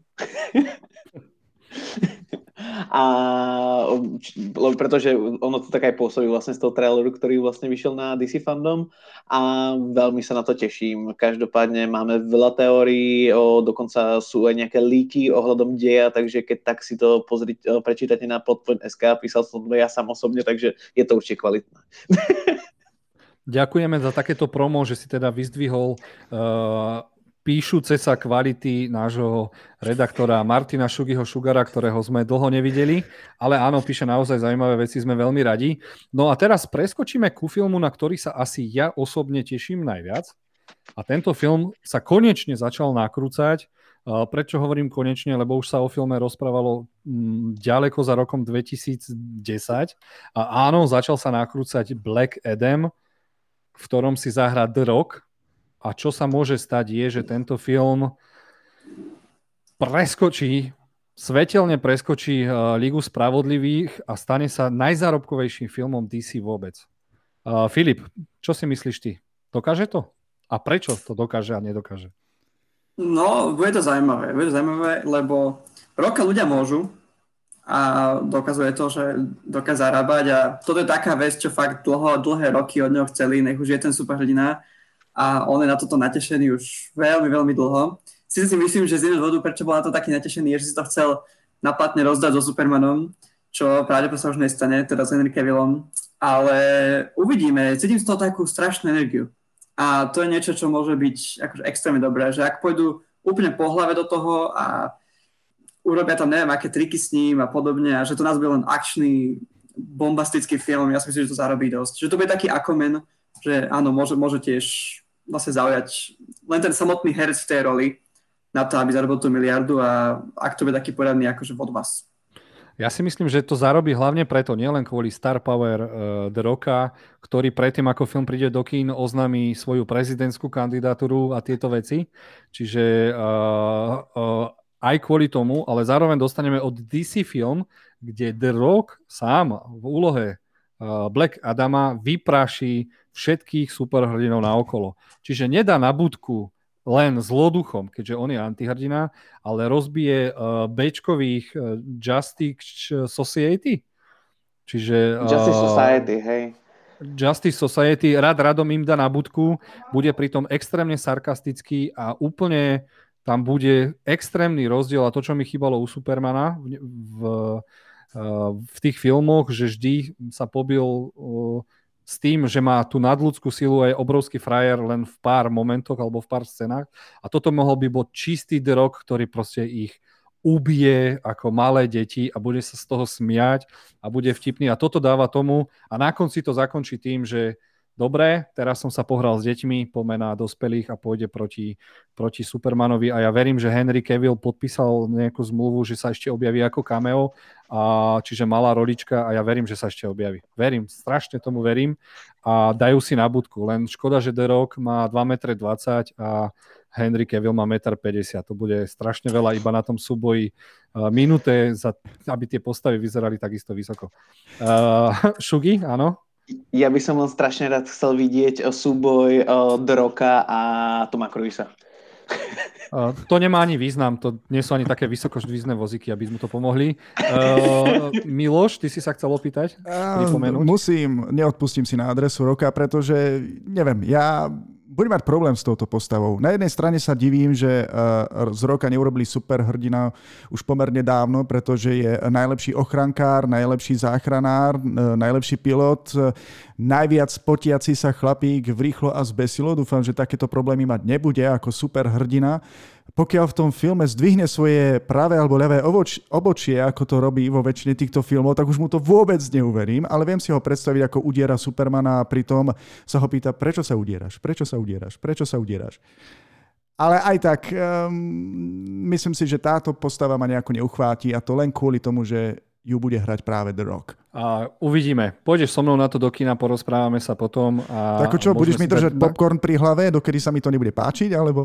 A pretože ono to tak aj pôsobí vlastne z toho traileru, ktorý vlastne vyšiel na dé cé Fandom a veľmi sa na to teším. Každopádne máme veľa teórií, o, dokonca sú aj nejaké líky ohľadom deja, takže keď tak si to pozrite, prečítate na podpoň bodka es ká, písal som to ja sám osobne, takže je to určite kvalitné. Ďakujeme za takéto promo, že si teda vyzdvihol uh, píšuce sa kvality nášho redaktora Martina Šugiho Šugara, ktorého sme dlho nevideli, ale áno, píše naozaj zaujímavé veci, sme veľmi radi. No a teraz preskočíme ku filmu, na ktorý sa asi ja osobne teším najviac. A tento film sa konečne začal nakrúcať. Prečo hovorím konečne? Lebo už sa o filme rozprávalo ďaleko za rokom dvetisícdesať. A áno, začal sa nakrúcať Black Adam, v ktorom si zahrá The Rock. A čo sa môže stať je, že tento film preskočí, svetelne preskočí uh, Ligu spravodlivých a stane sa najzárobkovejším filmom dé cé vôbec. Uh, Filip, čo si myslíš ty? Dokáže to? A prečo to dokáže a nedokáže? No, bude to zaujímavé. Bude to zaujímavé, lebo roka ľudia môžu a dokazuje to, že dokáže zarábať a toto je taká vec, čo fakt dlho, dlhé roky od neho chceli, nech už je ten superhrdina. A on je na toto natešený už veľmi, veľmi dlho. Si si myslím, že z jedného dôvodu, prečo bol na to taký natešený, je, že si to chcel naplatne rozdať so Supermanom, čo pravdepodobne sa už nestane, teda s Henry Cavillom. Ale uvidíme, cítim z toho takú strašnú energiu. A to je niečo, čo môže byť akože extrémne dobré, že ak pôjdu úplne po hlave do toho a urobia tam neviem, aké triky s ním a podobne, a že to nás bude len akčný, bombastický film, ja si myslím, že to zarobí dosť. Že to bude taký Aquaman, že áno, môže, môže tiež vlastne zaujať len ten samotný herec v tej roli na to, aby zarobil tú miliardu a ak to bude taký poradný akože od vás. Ja si myslím, že to zarobí hlavne preto, nielen kvôli Star Power uh, The Rocka, ktorý predtým, ako film príde do kín, oznámi svoju prezidentskú kandidatúru a tieto veci. Čiže uh, uh, aj kvôli tomu, ale zároveň dostaneme od dé cé film, kde The Rock sám v úlohe Black Adama vypraší všetkých superhrdinov naokolo. Čiže nedá na budku len zloduchom, keďže on je antihrdina, ale rozbije uh, béčkových uh, Justice Society. Čiže... Uh, Justice Society, hej. Justice Society rád radom im dá na budku, bude pritom extrémne sarkastický a úplne tam bude extrémny rozdiel a to, čo mi chýbalo u Supermana v, v v tých filmoch, že vždy sa pobil s tým, že má tú nadľudskú silu a je obrovský frajer len v pár momentoch alebo v pár scénách. A toto mohol by byť čistý The Rock, ktorý proste ich ubije ako malé deti a bude sa z toho smiať a bude vtipný. A toto dáva tomu a na konci to zakončí tým, že dobre, teraz som sa pohral s deťmi, pomená dospelých a pôjde proti, proti Supermanovi a ja verím, že Henry Cavill podpísal nejakú zmluvu, že sa ešte objaví ako cameo, a, čiže malá rolička a ja verím, že sa ešte objaví. Verím, strašne tomu verím a dajú si na budku, len škoda, že The Rock má dva metre dvadsať a Henry Cavill má jeden päťdesiat. To bude strašne veľa iba na tom súboji uh, minúte, za, aby tie postavy vyzerali takisto vysoko. Uh, Šugi, áno? Ja by som len strašne rád chcel vidieť súboj uh, The Rocka a Toma Cruisa. Uh, to nemá ani význam, to nie sú ani také vysokoždvízne vozíky, aby sme to pomohli. Uh, Miloš, ty si sa chcel opýtať? Pripomenúť? Musím, neodpustím si na adresu Rocka, pretože, neviem, ja budem mať problém s touto postavou. Na jednej strane sa divím, že uh, z Rocka neurobili superhrdina už pomerne dávno, pretože je najlepší ochrankár, najlepší záchranár, uh, najlepší pilot, uh, najviac potiaci sa chlapík v rýchlo a zbesilo. Dúfam, že takéto problémy mať nebude ako superhrdina. Pokiaľ v tom filme zdvihne svoje pravé alebo ľavé oboč, obočie, ako to robí vo väčšine týchto filmov, tak už mu to vôbec neuverím, ale viem si ho predstaviť, ako udiera Supermana a pritom sa ho pýta, prečo sa udieraš, prečo sa udieraš, prečo sa udieraš. Ale aj tak, um, myslím si, že táto postava ma nejako neuchváti a to len kvôli tomu, že ju bude hrať práve The Rock. A uvidíme. Pôjdeš so mnou na to do kina, porozprávame sa potom. A tak čo, budeš mi držať dať... popcorn pri hlave, dokedy sa mi to nebude páčiť, alebo?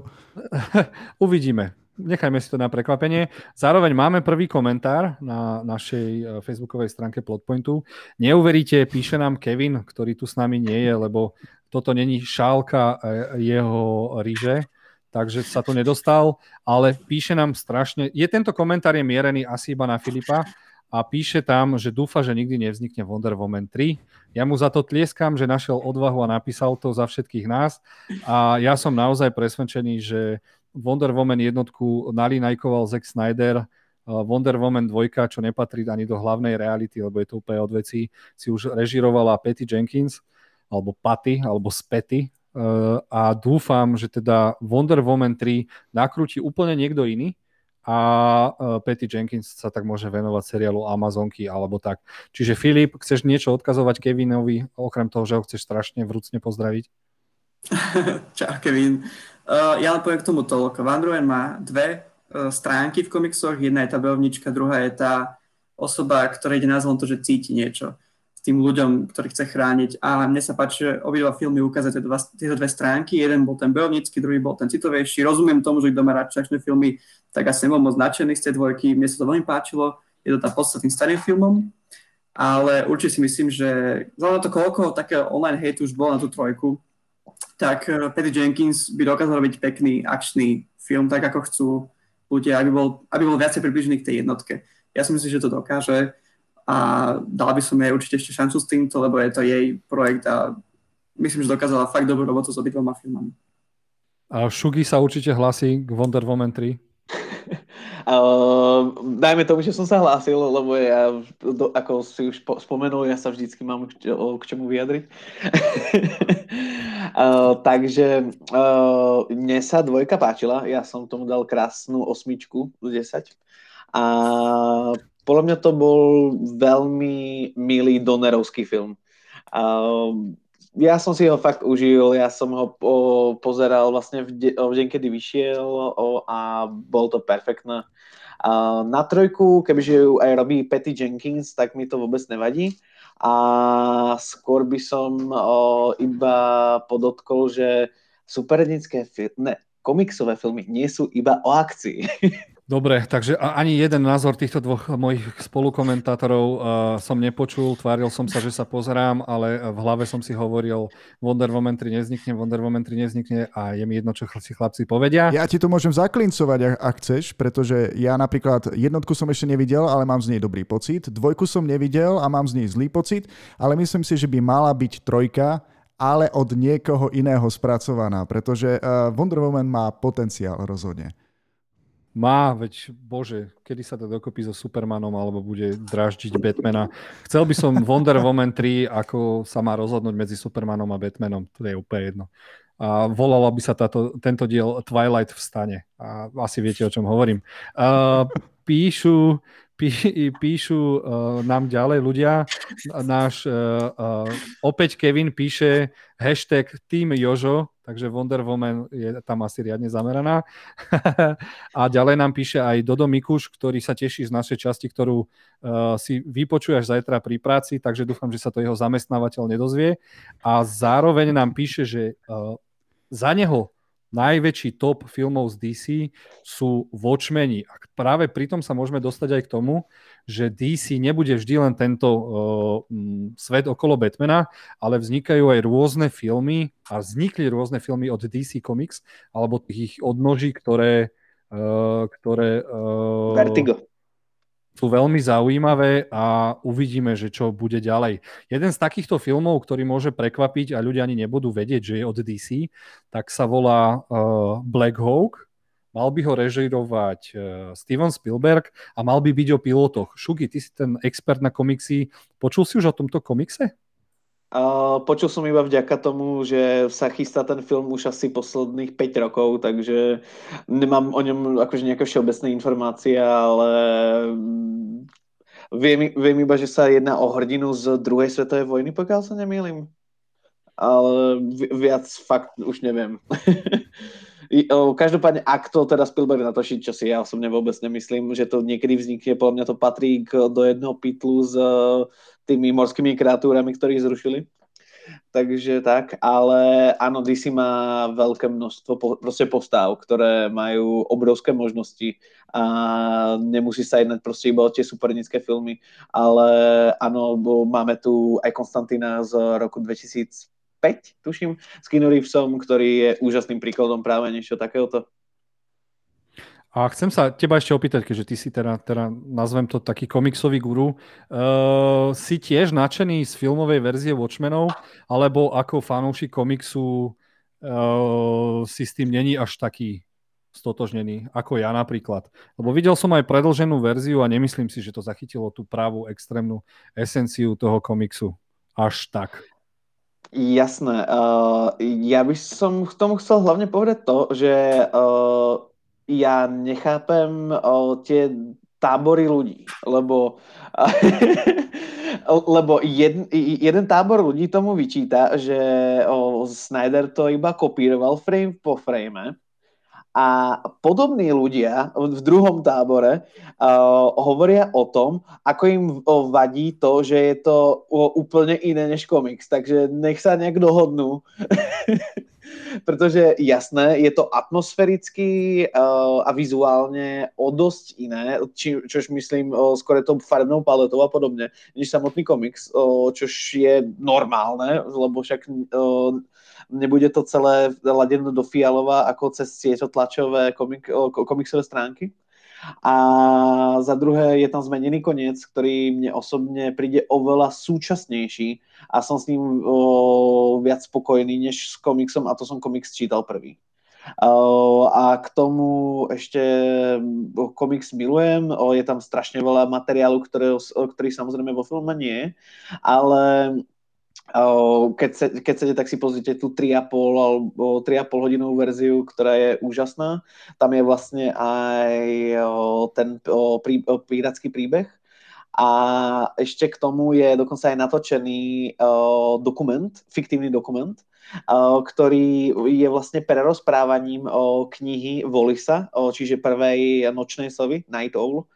Uvidíme. Nechajme si to na prekvapenie. Zároveň máme prvý komentár na našej facebookovej stránke Plotpointu. Neuveríte, píše nám Kevin, ktorý tu s nami nie je, lebo toto není šálka jeho ryže, takže sa to nedostal, ale píše nám strašne... Je tento komentár je mierený asi iba na Filipa, a píše tam, že dúfa, že nikdy nevznikne Wonder Woman tri. Ja mu za to tlieskam, že našiel odvahu a napísal to za všetkých nás. A ja som naozaj presvedčený, že Wonder Woman jednotku nalinajkoval Zack Snyder, Wonder Woman dvojka, čo nepatrí ani do hlavnej reality, lebo je to úplne od vecí, si už režirovala Patty Jenkins, alebo Patty, alebo Spetty. A dúfam, že teda Wonder Woman tri nakrúti úplne niekto iný, a Patty Jenkins sa tak môže venovať seriálu Amazonky alebo tak. Čiže Filip, chceš niečo odkazovať Kevinovi, okrem toho, že ho chceš strašne vrúcne pozdraviť? Čau, Kevin. Uh, ja len poviem k tomu toľko. Wonder Woman má dve uh, stránky v komiksoch. Jedna je tá bojovnička, druhá je tá osoba, ktorá ide názvom to, že cíti niečo s tým ľuďom, ktorých chce chrániť. A mne sa páči, že obidva filmy ukázajú tieto dve stránky. Jeden bol ten bojovnícky, druhý bol ten citovejší. Rozumiem tomu, že kto má rád akčné filmy, tak asi nebol moc nadšený z tej dvojky. Mne sa to veľmi páčilo. Je to tam podstatným starým filmom. Ale určite si myslím, že vzhľadom na to, koľko takého online hate už bolo na tú trojku, tak Patty Jenkins by dokázal robiť pekný akčný film, tak ako chcú ľudia, aby bol, aby bol viacej približený k tej jednotke. Ja si myslím, že to dokáže a dala by som jej určite ešte šancu s týmto, lebo je to jej projekt a myslím, že dokázala fakt dobrú robotu s obidvoma filmami. A Šugi sa určite hlási k Wonder Woman tri? Uh, dajme tomu, že som sa hlásil, lebo ja, do, ako si už po, spomenul, ja sa vždycky mám k, k čomu vyjadriť. uh, takže uh, mne sa dvojka páčila, ja som tomu dal krásnu osmičku z desať. A podľa mňa to bol veľmi milý Donnerovský film. Uh, Ja som si ho fakt užil, ja som ho po, pozeral vlastne v, de, v deň, kedy vyšiel o, a bol to perfektné. A na trojku, kebyže ju aj robí Patty Jenkins, tak mi to vôbec nevadí. A skôr by som o, iba podotkol, že superhrdinské filmy, ne, komiksové filmy nie sú iba o akcii. Dobre, takže ani jeden názor týchto dvoch mojich spolukomentátorov uh, som nepočul, tváril som sa, že sa pozerám, ale v hlave som si hovoril Wonder Woman tri neznikne, Wonder Woman tri neznikne a je mi jedno, čo si chlapci povedia. Ja ti to môžem zaklincovať, ak, ak chceš, pretože ja napríklad jednotku som ešte nevidel, ale mám z nej dobrý pocit, dvojku som nevidel a mám z nej zlý pocit, ale myslím si, že by mala byť trojka, ale od niekoho iného spracovaná, pretože uh, Wonder Woman má potenciál rozhodne. Má, veď bože, kedy sa to dokopí so Supermanom alebo bude dráždiť Batmana. Chcel by som Wonder Woman tri, ako sa má rozhodnúť medzi Supermanom a Batmanom. To je úplne jedno. A volala by sa táto, tento diel Twilight vstane. A asi viete, o čom hovorím. Uh, píšu pí, píšu uh, nám ďalej ľudia. Náš uh, uh, opäť Kevin píše hashtag Team Jožo, takže Wonder Woman je tam asi riadne zameraná. A ďalej nám píše aj Dodo Mikuš, ktorý sa teší z našej časti, ktorú uh, si vypočuje až zajtra pri práci, takže dúfam, že sa to jeho zamestnávateľ nedozvie. A zároveň nám píše, že uh, za neho najväčší top filmov z dé cé sú Watchmeni. A práve pritom sa môžeme dostať aj k tomu, že dé cé nebude vždy len tento uh, svet okolo Batmana, ale vznikajú aj rôzne filmy a vznikli rôzne filmy od dé cé Comics alebo tých ich odnoží, ktoré, uh, ktoré uh, Vertigo. sú veľmi zaujímavé a uvidíme, že čo bude ďalej. Jeden z takýchto filmov, ktorý môže prekvapiť a ľudia ani nebudú vedieť, že je od dé cé, tak sa volá uh, Black Hawk. Mal by ho režírovať uh, Steven Spielberg a mal by byť o pilotoch. Šugi, ty si ten expert na komiksy. Počul si už o tomto komikse? Uh, počul som iba vďaka tomu, že sa chystá ten film už asi posledných päť rokov, takže nemám o ňom akože nejaké všeobecné informácie, ale viem, viem iba, že sa jedná o hrdinu z druhej svetovej vojny, pokiaľ sa nemýlim. Ale viac fakt už neviem. Každopádne, ak to teda Spielberg natočí, čo si ja osobne vôbec nemyslím, že to niekedy vznikne, podľa mňa to patrí k, do jedného pytlu s tými morskými kreatúrami, ktorých zrušili. Takže tak, ale áno, dé cé má veľké množstvo po, proste postav, ktoré majú obrovské možnosti a nemusí sa jednať proste iba o tie supernické filmy, ale áno, máme tu aj Konstantína z roku dvetisícpäť, tuším, s Keanu Reevesom, ktorý je úžasným príkladom práve niečo takéhoto. A chcem sa teba ešte opýtať, keďže ty si teda, teda nazvem to taký komiksový guru, uh, si tiež nadšený z filmovej verzie Watchmenov, alebo ako fanúšik komiksu uh, si s tým není až taký stotožnený, ako ja napríklad. Lebo videl som aj predĺženú verziu a nemyslím si, že to zachytilo tú pravú extrémnu esenciu toho komiksu. Až tak. Jasné. Uh, ja by som k tomu chcel hlavne povedať to, že uh, ja nechápem o, tie tábory ľudí, lebo, lebo jed, jeden tábor ľudí tomu vyčíta, že o, Snyder to iba kopíroval frame po frame a podobní ľudia v druhom tábore o, hovoria o tom, ako im o, vadí to, že je to o, úplne iné než komiks, takže nech sa nejak dohodnú. Pretože jasné, je to atmosféricky uh, a vizuálne o dosť iné, či, čož myslím uh, skôr je to farebnou paletou a podobne, než samotný komiks, uh, čož je normálne, lebo však uh, nebude to celé ladené do fialova ako cez sietotlačové komik, uh, komiksové stránky. A za druhé je tam zmenený koniec, ktorý mne osobne príde oveľa súčasnejší a som s ním o, viac spokojný než s komiksom a to som komiks čítal prvý. O, a k tomu ešte o, komiks milujem, o, je tam strašne veľa materiálu, ktoré, o, ktorý samozrejme vo filme nie je, ale keď, se, keď chcete, tak si pozrite tú tri a pol alebo tri a pol hodinovú verziu, ktorá je úžasná. Tam je vlastne aj ten prí, pirátsky príbeh a ešte k tomu je dokonca aj natočený dokument, fiktívny dokument, ktorý je vlastne prerozprávaním knihy Wallisa, čiže prvej nočnej sovy, Night Owl,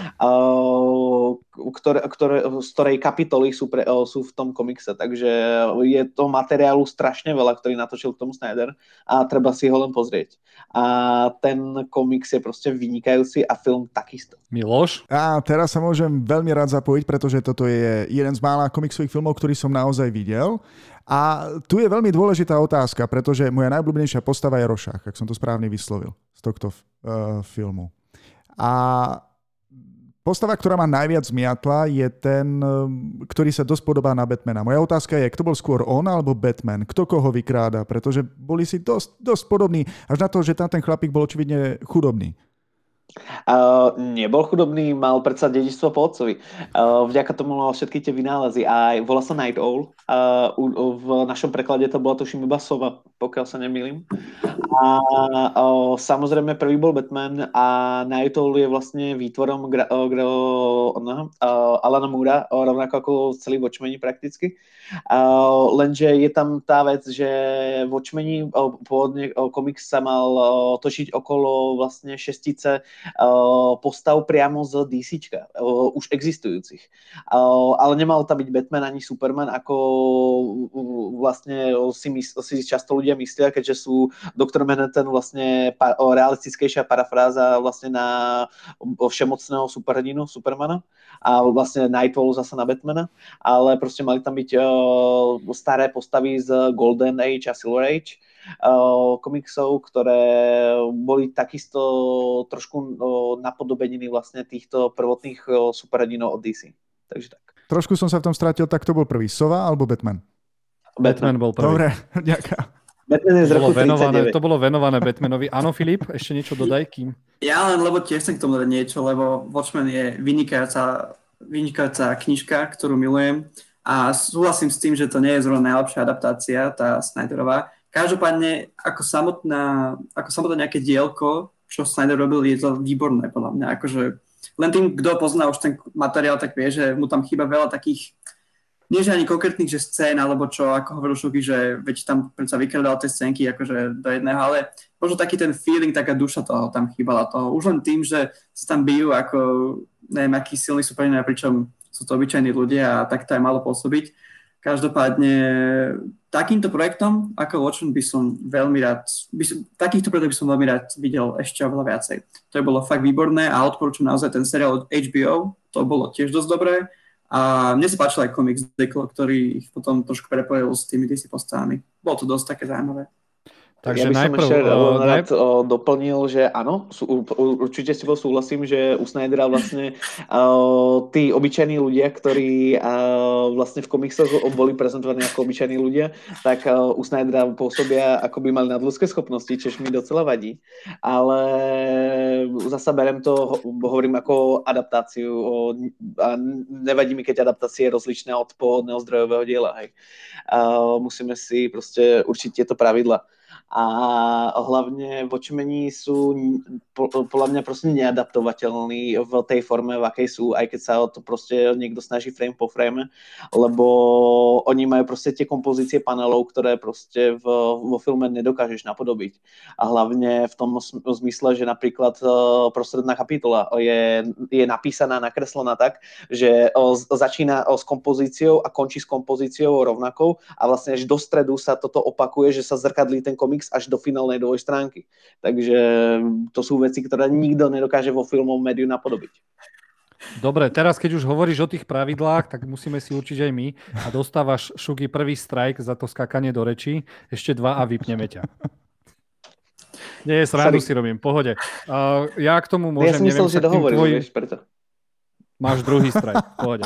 Ktoré, ktoré, z ktorej kapitoly sú, pre, sú v tom komikse, takže je to materiálu strašne veľa, ktorý natočil k tomu Snyder a treba si ho len pozrieť. A ten komiks je proste vynikajúci a film takisto. Miloš? A teraz sa môžem veľmi rád zapojiť, pretože toto je jeden z mála komiksových filmov, ktorý som naozaj videl. A tu je veľmi dôležitá otázka, pretože moja najobľúbenejšia postava je Rorschach, ak som to správne vyslovil z tohto uh, filmu. A postava, ktorá ma najviac zmiatla, je ten, ktorý sa dosť podobá na Batmana. Moja otázka je, kto bol skôr on alebo Batman? Kto koho vykráda? Pretože boli si dosť, dosť podobní, až na to, že tam ten chlapík bol očividne chudobný. Uh, nebol chudobný, mal predsa dedičstvo po otcovi. Uh, vďaka tomu mal všetky tie vynálezy. A volá sa Night Owl. Uh, v našom preklade to bola tuším iba sova, pokiaľ sa nemýlim. A uh, samozrejme prvý bol Batman a Night Owl je vlastne výtvorom gra, uh, gra, uh, Alana Moora, uh, rovnako ako celý Watchmeni prakticky. Uh, lenže je tam tá vec, že Watchmeni, uh, pôvodne uh, komiks sa mal uh, točiť okolo vlastne šestice uh, postav priamo z DCčka, uh, už existujúcich. Uh, ale nemal tam byť Batman ani Superman, ako uh, vlastne si, mys- si často ľudia myslia, keďže sú doktor Manhattan vlastne pa- realistickejšia parafráza vlastne na všemocného superhrdinu Supermana a vlastne Nightfall zasa na Batmana, ale proste mali tam byť uh, staré postavy z Golden Age a Silver Age uh, komiksov, ktoré boli takisto trošku uh, napodobeniny vlastne týchto prvotných uh, superhrdinov od dé cé. Takže tak. Trošku som sa v tom stratil, tak to bol prvý Sova alebo Batman? Batman, Batman bol prvý. Dobre, ďakujem. Batman je z roku venované, to bolo venované Batmanovi. Áno, Filip, ešte niečo dodaj, kým? Ja len, lebo tiež chcem k tomu dať niečo, lebo Watchmen je vynikajúca, vynikajúca knižka, ktorú milujem a súhlasím s tým, že to nie je zrovna najlepšia adaptácia, tá Snyderová. Každopádne, ako, samotná, ako samotné nejaké dielko, čo Snyder robil, je to výborné, podľa mňa. Akože len tým, kto pozná už ten materiál, tak vie, že mu tam chýba veľa takých nie že ani konkrétnych, že scén, alebo čo, ako hovoril Šuky, že veď tam predsa vykradal tie scénky akože do jedného, ale možno taký ten feeling, taká duša toho tam chýbala toho. Už len tým, že sa tam bijú ako, neviem, aký silný superhrdina, pričom sú to obyčajní ľudia a tak to aj malo pôsobiť. Každopádne takýmto projektom ako Watchmen by som veľmi rád, by som, takýchto projektov by som veľmi rád videl ešte oveľa viacej. To bolo fakt výborné a odporúčam naozaj ten seriál od há bé ó, to bolo tiež dosť dobré. A mne sa páčil aj komiks Deklo, ktorý ich potom trošku prepojil s tými dé cé postavami. Bolo to dosť také zaujímavé. Takže ja by som najprv, ešte uh, rád uh, doplnil, že áno, sú, určite s tebou súhlasím, že u Snydera vlastne uh, tí obyčajní ľudia, ktorí uh, vlastne v komiksoch boli prezentovaní ako obyčajní ľudia, tak uh, u Snydera pôsobia, ako by mali nadľudské schopnosti, čo mi docela vadí. Ale zasa berem to, hovorím ako adaptáciu a nevadí mi, keď adaptácia je rozličná od pôvodného zdrojového diela. Hej. Uh, musíme si proste určiť tieto pravidla. A hlavne Watchmeni sú podľa mňa proste neadaptovateľní v tej forme, v akej sú, aj keď sa o to proste niekto snaží frame po frame, lebo oni majú proste tie kompozície panelov, ktoré proste v, vo filme nedokážeš napodobiť. A hlavne v tom zmysle, že napríklad prostredná kapitola je, je napísaná, nakreslená tak, že začína s kompozíciou a končí s kompozíciou rovnakou a vlastne až do stredu sa toto opakuje, že sa zrkadlí ten komiks až do finálnej dvojstránky. Takže to sú veci, ktoré nikto nedokáže vo filmovom médiu napodobiť. Dobre, teraz keď už hovoríš o tých pravidlách, tak musíme si určiť aj my a dostávaš, Šuky, prvý strike za to skákanie do rečí, ešte dva a vypneme ťa. Nie, srandu si robím, pohode. Uh, ja k tomu môžem... Ja som myslel, že dohovoril, tvoj... vieš, preto. Máš druhý strike, pohode.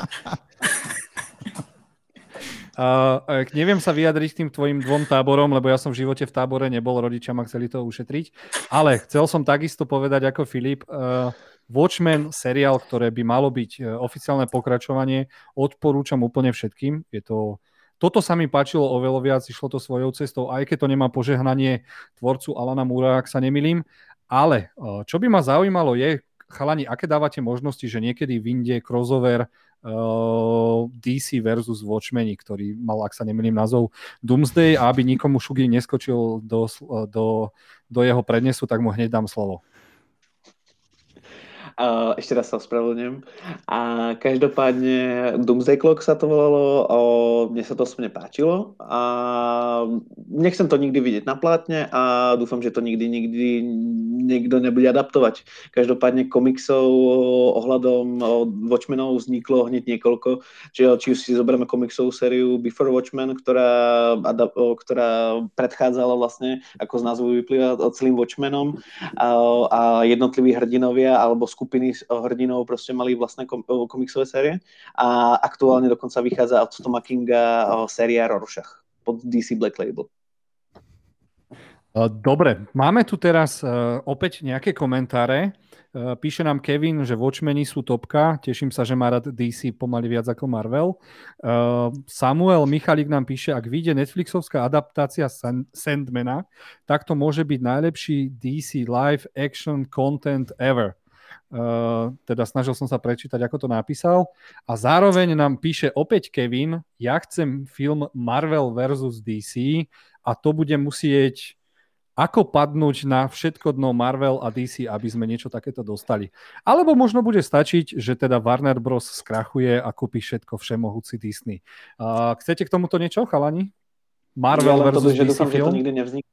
Uh, neviem sa vyjadriť tým tvojim dvom táborom, lebo ja som v živote v tábore nebol, rodičia ma chceli to ušetriť, ale chcel som takisto povedať ako Filip, uh, Watchmen, seriál, ktoré by malo byť uh, oficiálne pokračovanie, odporúčam úplne všetkým. Je to, toto sa mi páčilo oveľa viac, išlo to svojou cestou, aj keď to nemá požehnanie tvorcu Alana Moora, ak sa nemýlim, ale uh, čo by ma zaujímalo je, chalani, aké dávate možnosti, že niekedy vyjde crossover uh, dé cé versus Watchmeni, ktorý mal, ak sa nemýlim, názov Doomsday a aby nikomu Šugi neskočil do, do, do jeho prednesu, tak mu hneď dám slovo. Uh, ešte raz sa ospravedlňujem. A každopádne Doomsday Clock sa to volalo, uh, mne sa to osobne páčilo a nechcem to nikdy vidieť na plátne a dúfam, že to nikdy, nikdy niekto nebude adaptovať. Každopádne komiksov ohľadom Watchmenov vzniklo hneď niekoľko, čiže či už si zoberieme komiksovú sériu Before Watchmen, ktorá, ktorá predchádzala vlastne, ako z názvu vyplýva, celým Watchmenom a, a jednotliví hrdinovia alebo skupiny hrdinov proste mali vlastné komiksové série a aktuálne dokonca vychádza od Toma Kinga séria Rorschach pod dé cé Black Label. Dobre, máme tu teraz uh, opäť nejaké komentáre. Uh, píše nám Kevin, že Watchmeni sú topka. Teším sa, že má rád dé cé pomaly viac ako Marvel. Uh, Samuel Michalík nám píše, ak vyjde Netflixovská adaptácia Sand- Sandmana, tak to môže byť najlepší dé cé live action content ever. Uh, teda snažil som sa prečítať, ako to napísal. A zároveň nám píše opäť Kevin, ja chcem film Marvel versus dé cé a to bude musieť ako padnúť na všetko dno Marvel a dé cé, aby sme niečo takéto dostali. Alebo možno bude stačiť, že teda Warner Bros. Skrachuje a kúpi všetko všemohúci Disney. Uh, chcete k tomuto niečo, chalani? Marvel ja versus to, dé cé dúfam, film? že to nikdy nevznikne.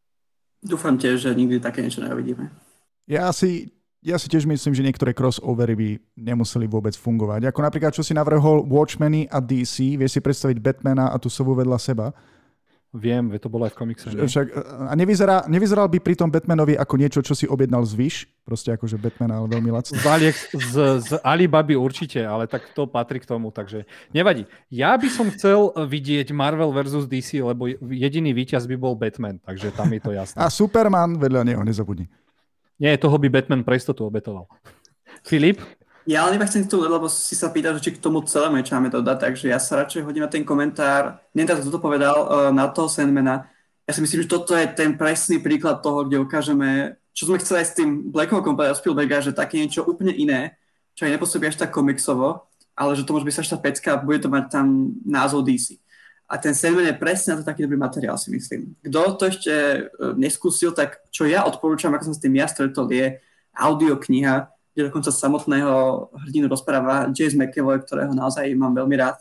Dúfam tiež, že nikdy také niečo neuvidíme. Ja si, ja si tiež myslím, že niektoré crossovery by nemuseli vôbec fungovať. Ako napríklad, čo si navrhol Watchmeny a dé cé, vieš si predstaviť Batmana a tú sovu vedľa seba? Viem, to bolo aj v komikse. Však, a nevyzerá, nevyzeral by pri tom Batmanovi ako niečo, čo si objednal z Wish? Proste akože Batman, ale veľmi lacný. Z, Alex, z, z Alibaby určite, ale tak to patrí k tomu, takže nevadí. Ja by som chcel vidieť Marvel versus dé cé, lebo jediný víťaz by bol Batman, takže tam je to jasné. A Superman vedľa neho, nezabudni. Nie, toho by Batman pre istotu obetoval. Filip? Ja ale iba chcem k tomu, lebo si sa pýtal, že či k tomu celému niečo máme dodať, takže ja sa radšej hodím na ten komentár, neviem tak, kto to povedal, uh, na toho Sandmana. Ja si myslím, že toto je ten presný príklad toho, kde ukážeme, čo sme chceli aj s tým Black Hawkom povedať od Spielberga, že také niečo úplne iné, čo aj nepôsobí až tak komiksovo, ale že to môže byť sa tá pecka a bude to mať tam názov dé cé. A ten Sandman je presne na to taký dobrý materiál, si myslím. Kto to ešte uh, neskúsil, tak čo ja odporúčam, ako som s tým ja stretol, je audiokniha, kde dokonca samotného hrdinu rozpráva James McAvoy, ktorého naozaj mám veľmi rád.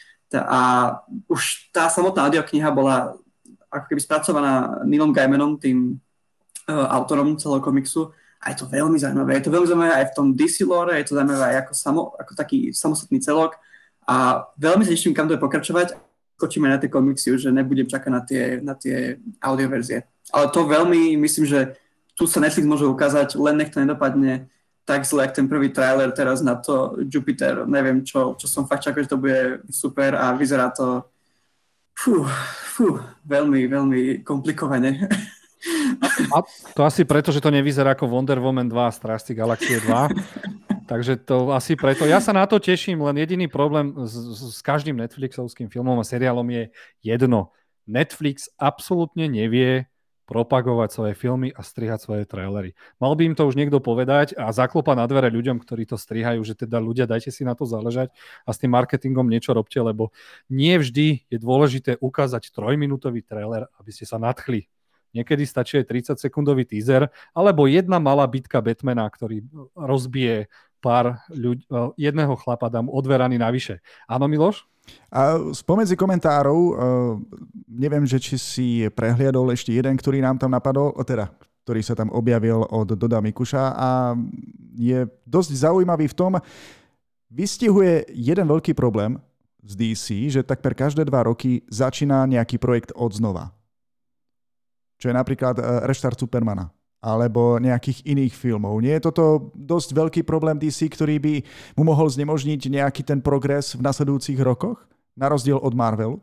A už tá samotná audiokniha bola ako keby spracovaná Neilom Gaimanom, tým uh, autorom celého komiksu. A je to veľmi zaujímavé. Je to veľmi zaujímavé aj v tom dé cé lore, je to zaujímavé aj ako, samo, ako taký samostatný celok. A veľmi sa teším, kam to je pokračovať. Skočíme na tie komiksy, že nebudem čakať na tie, na tie audioverzie. Ale to veľmi, myslím, že tu sa Netflix môže ukázať, len nech to nedopadne tak zle, jak ten prvý trailer teraz na to Jupiter, neviem čo, čo som fakt čakal, že to bude super a vyzerá to fú, fú, veľmi, veľmi komplikovane. A to asi preto, že to nevyzerá ako Wonder Woman dva a Strážci Galaxie dva. Takže to asi preto. Ja sa na to teším, len jediný problém s, s každým Netflixovským filmom a seriálom je jedno. Netflix absolútne nevie propagovať svoje filmy a strihať svoje trailery. Mal by im to už niekto povedať a zaklopať na dvere ľuďom, ktorí to strihajú, že teda ľudia, dajte si na to záležať a s tým marketingom niečo robte, lebo nie vždy je dôležité ukázať trojminútový trailer, aby ste sa nadchli. Niekedy stačí aj tridsaťsekundový teaser, alebo jedna malá bitka Batmana, ktorý rozbije pár ľudí, jedného chlapa dám odveraný navyše. Áno, Miloš? A spomedzi komentárov, neviem, že či si prehliadol ešte jeden, ktorý nám tam napadol, teda, ktorý sa tam objavil od Doda Mikuša a je dosť zaujímavý v tom, vystihuje jeden veľký problém z dé cé, že takmer každé dva roky začína nejaký projekt od znova. Čo je napríklad reštart Supermana alebo nejakých iných filmov. Nie je toto dosť veľký problém dé cé, ktorý by mu mohol znemožniť nejaký ten progres v nasledujúcich rokoch? Na rozdiel od Marvelu?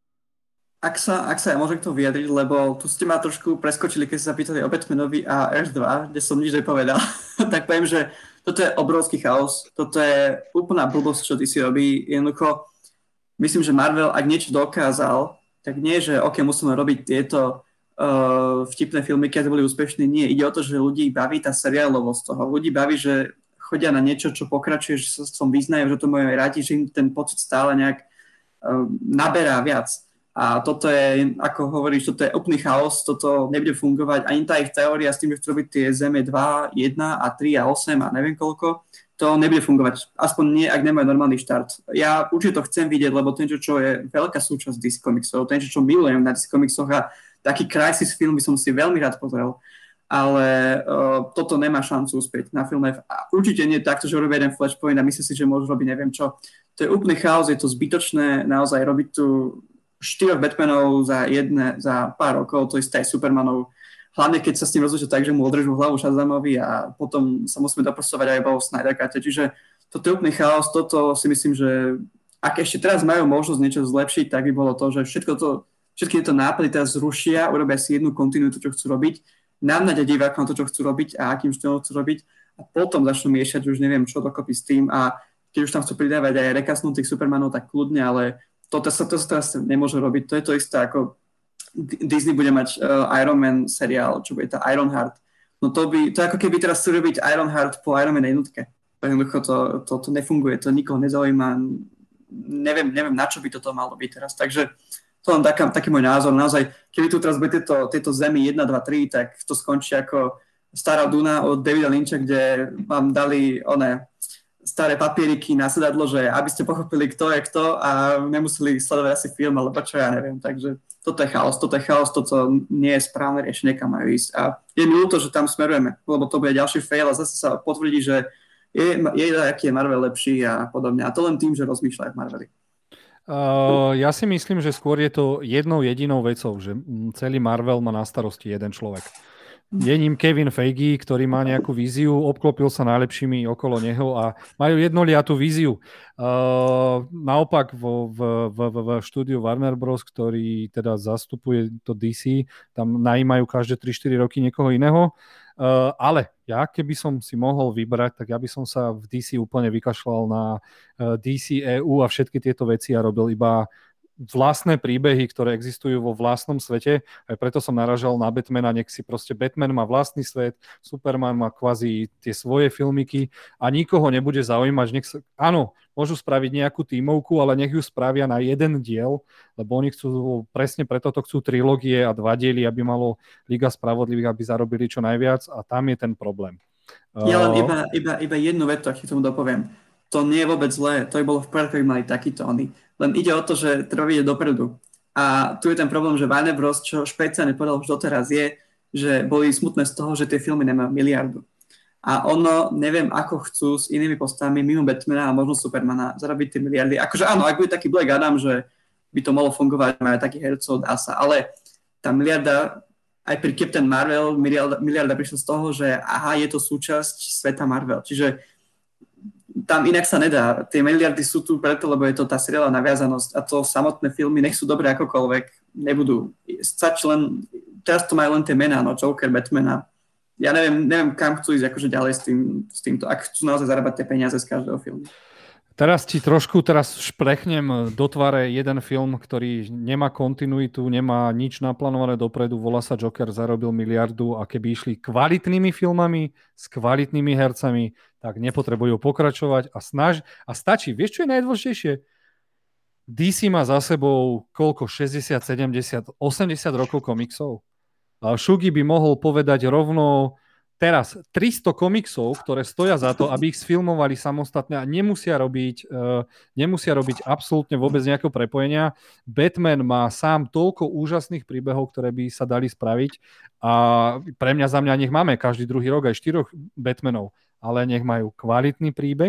Ak sa, ak sa ja môžem k tomu vyjadriť, lebo tu ste ma trošku preskočili, keď ste sa pýtali o Batmanovi a Earth dva, kde som nič nepovedal, tak poviem, že toto je obrovský chaos, toto je úplná blbosť, čo dé cé robí. Jednoducho, myslím, že Marvel, ak niečo dokázal, tak nie, že ok, musíme robiť tieto Uh, vtipné filmy, keď boli úspešné, nie. Ide o to, že ľudí baví tá seriálovosť toho. Ľudí baví, že chodia na niečo, čo pokračuje, že sa som vyznajú, že to majú radi, že im ten pocit stále nejak uh, naberá viac. A toto je, ako hovoríš, toto je úplný chaos, toto nebude fungovať. Ani tá ich teória s tým, že chcú robiť tie Zeme dva, jeden a tri a osem a neviem koľko, to nebude fungovať. Aspoň nie, ak nemajú normálny štart. Ja určite to chcem vidieť, lebo ten, čo je veľká súčasť dé cé komiksov, ten, čo milujem na dé cé komiksoch a taký crisis film by som si veľmi rád pozrel, ale uh, toto nemá šancu uspieť na filme. A určite nie takto, že robia jeden flashpoint a myslí si, že môžu robiť neviem čo. To je úplný chaos, je to zbytočné naozaj robiť tu štyroch Batmanov za jedné, za pár rokov, to isté aj Supermanov. Hlavne keď sa s tým rozhodne tak, že mu odrežú hlavu Shazamovi a potom sa musíme dopracovať aj o Snyder Cut. Čiže toto je úplný chaos, toto si myslím, že ak ešte teraz majú možnosť niečo zlepšiť, tak by bolo to, že všetko to všetky tieto nápady teraz zrušia, urobia si jednu kontinuitu, čo chcú robiť, navnadia divákov na to, čo chcú robiť a akým štýlom chcú robiť a potom začnú miešať už neviem čo dokopy s tým a keď už tam chcú pridávať aj rekasnutých Supermanov, tak kľudne, ale toto sa, to sa teraz nemôže robiť. To je to isté, ako Disney bude mať uh, Iron Man seriál, čo bude tá Ironheart. No to by, to je ako keby teraz chcú robiť Ironheart po Iron Man jednotke. Jednoducho to, to, to nefunguje, to nikoho nezaujíma. Neviem, neviem, na čo by toto malo byť teraz. Takže to len taký, taký môj názor. Naozaj, keby tu teraz bude tieto, tieto zemi jedna, dva, tri, tak to skončí ako Stará Duna od Davida Lyncha, kde vám dali one staré papieriky na sedadlo, že aby ste pochopili, kto je kto a nemuseli sledovať asi film, alebo čo ja neviem. Takže toto je chaos, toto je chaos, toto nie je správne riešenie, kam majú ísť. A je mi ľúto, že tam smerujeme, lebo to bude ďalší fail a zase sa potvrdí, že je, je aký je Marvel lepší a podobne. A to len tým, že rozmýšľajú v Marveli. Uh, ja si myslím, že skôr je to jednou jedinou vecou, že celý Marvel má na starosti jeden človek. Je ním Kevin Feige, ktorý má nejakú víziu, obklopil sa najlepšími okolo neho a majú jednoliatú víziu. Uh, naopak vo, v, v, v, v štúdiu Warner Bros., ktorý teda zastupuje to dé cé, tam najímajú každé tri štyri roky niekoho iného. Uh, ale ja, keby som si mohol vybrať, tak ja by som sa v dé cé úplne vykašľal na uh, dé cé é ú a všetky tieto veci a robil iba vlastné príbehy, ktoré existujú vo vlastnom svete. Aj preto som naražal na Batmana, nech si proste Batman má vlastný svet, Superman má kvázi tie svoje filmiky a nikoho nebude zaujímať. Nech sa... Áno, môžu spraviť nejakú tímovku, ale nech ju spravia na jeden diel, lebo oni chcú, presne preto to chcú trilógie a dva diely, aby malo Liga spravodlivých, aby zarobili čo najviac a tam je ten problém. Ja len iba, iba, iba jednu vetu, ak ti tomu dopoviem. To nie je vôbec zlé, to by bolo v poriadku, keby mali takýto oni. Len ide o to, že treba vidieť dopredu. A tu je ten problém, že Warner Bros., čo špeciálne povedal už doteraz, je, že boli smutné z toho, že tie filmy nemajú miliardu. A ono, neviem, ako chcú s inými postavami mimo Batmana a možno Supermana zarobiť tie miliardy. Akože áno, ak bude taký Black Adam, že by to mohlo fungovať, majú takých hercov, dá sa. Ale tá miliarda, aj pri Captain Marvel, miliarda, miliarda prišla z toho, že aha, je to súčasť sveta Marvel. Čiže tam inak sa nedá. Tie miliardy sú tu preto, lebo je to tá seriálna naviazanosť a to samotné filmy, nech sú dobré akokoľvek, nebudú. Stačí len, teraz to majú len tie mená, no Joker, Batman. Ja neviem, neviem kam chcú ísť akože ďalej s, tým, s týmto, ak chcú naozaj zarábať tie peniaze z každého filmu. Teraz ti trošku teraz šprechnem do tváre jeden film, ktorý nemá kontinuitu, nemá nič naplánované dopredu, volá sa Joker, zarobil miliardu a keby išli kvalitnými filmami s kvalitnými hercami, tak nepotrebujú pokračovať a snaž a stačí. Vieš, čo je najdôležitejšie? dé cé má za sebou koľko? šesťdesiat, sedemdesiat, osemdesiat rokov komiksov. A Šugi by mohol povedať rovno teraz tristo komiksov, ktoré stoja za to, aby ich sfilmovali samostatne a nemusia robiť, uh, nemusia robiť absolútne vôbec nejakého prepojenia. Batman má sám toľko úžasných príbehov, ktoré by sa dali spraviť a pre mňa za mňa nech máme každý druhý rok aj štyroch Batmanov, ale nech majú kvalitný príbeh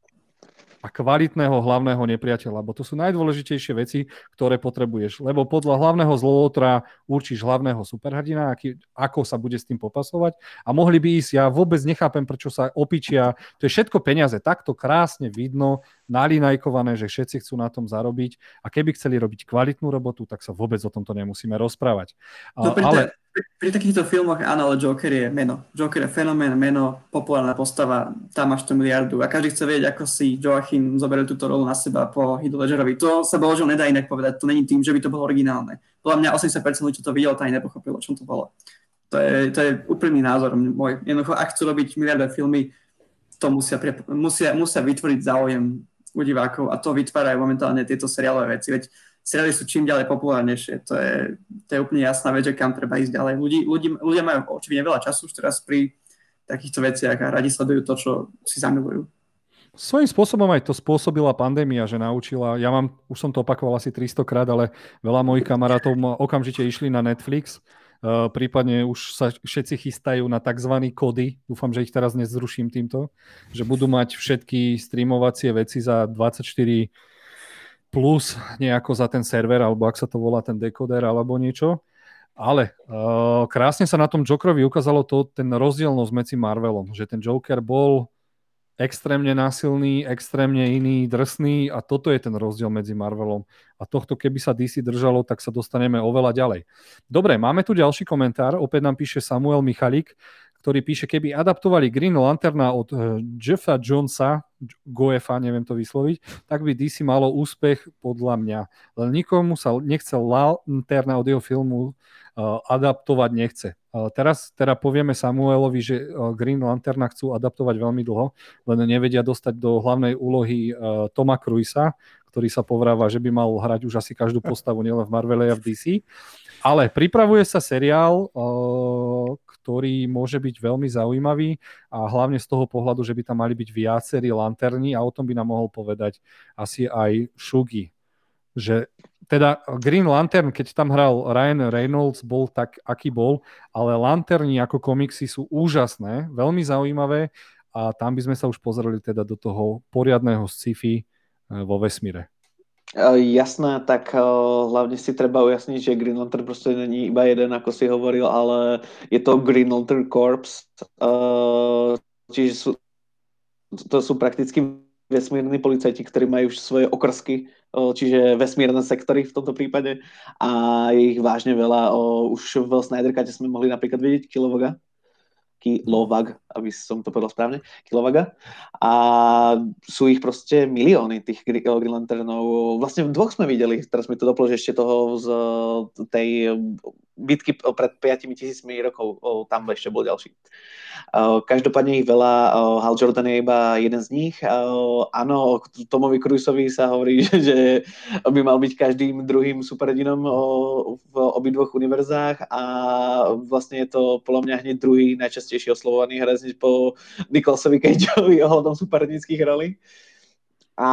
a kvalitného hlavného nepriateľa, lebo to sú najdôležitejšie veci, ktoré potrebuješ, lebo podľa hlavného zlovotra určíš hlavného superhrdina, aký, ako sa bude s tým popasovať a mohli by ísť, ja vôbec nechápem, prečo sa opičia, to je všetko peniaze, takto krásne vidno, nalinajkované, že všetci chcú na tom zarobiť a keby chceli robiť kvalitnú robotu, tak sa vôbec o tomto nemusíme rozprávať. No, pri, ale... pri, pri takýchto filmoch áno, ale Joker je meno. Joker je fenomén, meno, populárna postava, tam máš tú miliardu a každý chce vedieť, ako si Joaquin zoberie túto rolu na seba po Heath Ledgerovi. To sa bohužiaľ nedá inak povedať, to není tým, že by to bolo originálne. Podľa mňa osemdesiat percent ľudí, čo to videlo, to ani nepochopilo, o čom to bolo. To je, to je úprimný názor môj. Jednoducho, ak chcú robiť miliardové filmy, to musia, musia, musia vytvoriť záujem u divákov a to vytvárajú momentálne tieto seriálové veci. Veď seriály sú čím ďalej populárnejšie. To je, to je úplne jasná vec, že kam treba ísť ďalej. Ľudí, ľudí, ľudia majú očividne veľa času už teraz pri takýchto veciach a radi sledujú to, čo si zamilujú. Svojím spôsobom aj to spôsobila pandémia, že naučila. Ja mám, už som to opakoval asi tristo krát, ale veľa mojich kamarátov okamžite išli na Netflix. Uh, prípadne už sa všetci chystajú na tzv. Kody. Dúfam, že ich teraz nezruším týmto. Že budú mať všetky streamovacie veci za dvadsaťštyri plus nejako za ten server, alebo ak sa to volá ten dekoder, alebo niečo. Ale uh, krásne sa na tom Jokerovi ukázalo to, ten rozdielnosť medzi Marvelom. Že ten Joker bol extrémne násilný, extrémne iný, drsný a toto je ten rozdiel medzi Marvelom. A tohto, keby sa dé cé držalo, tak sa dostaneme oveľa ďalej. Dobre, máme tu ďalší komentár. Opäť nám píše Samuel Michalík, ktorý píše, keby adaptovali Green Lanterna od uh, Jeffa Jonesa, Goefa, neviem to vysloviť, tak by dé cé malo úspech podľa mňa. Len nikomu sa nechcel Lanterna od jeho filmu uh, adaptovať nechce. Uh, teraz teda povieme Samuelovi, že uh, Green Lanterna chcú adaptovať veľmi dlho, len nevedia dostať do hlavnej úlohy uh, Toma Cruisa, ktorý sa povráva, že by mal hrať už asi každú postavu, nielen v Marvele a v dé cé. Ale pripravuje sa seriál, ktorý môže byť veľmi zaujímavý a hlavne z toho pohľadu, že by tam mali byť viacerí lanterni a o tom by nám mohol povedať asi aj Shugi. Že teda Green Lantern, keď tam hral Ryan Reynolds, bol tak, aký bol, ale lanterni ako komiksy sú úžasné, veľmi zaujímavé a tam by sme sa už pozreli teda do toho poriadného sci-fi vo vesmíre. Jasné, tak uh, hlavne si treba ujasniť, že Green Lantern proste není iba jeden, ako si hovoril, ale je to Green Lantern Corps, uh, čiže sú, to sú prakticky vesmírni policajti, ktorí majú už svoje okrsky, uh, čiže vesmírne sektory v tomto prípade a je ich vážne veľa. Uh, už v Snyder Cute sme mohli napríklad vidieť Kilovaga, Kilovag, aby som to povedal správne, Kilovaga. A sú ich proste milióny tých Green Lanternov. Vlastne dvoch sme videli, teraz mi to doplo, že ešte toho z tej bitky pred piatimi tisícmi rokov, tam ešte bol ďalší. Každopádne ich veľa, Hal Jordan je iba jeden z nich. Áno, Tomovi Cruisovi sa hovorí, že by mal byť každým druhým superhrdinom v obidvoch univerzách a vlastne je to podľa mňa hneď druhý najčastejší oslovovaný herec po Nicholsovi Cageovi ohľadom superhrdinských rolí. A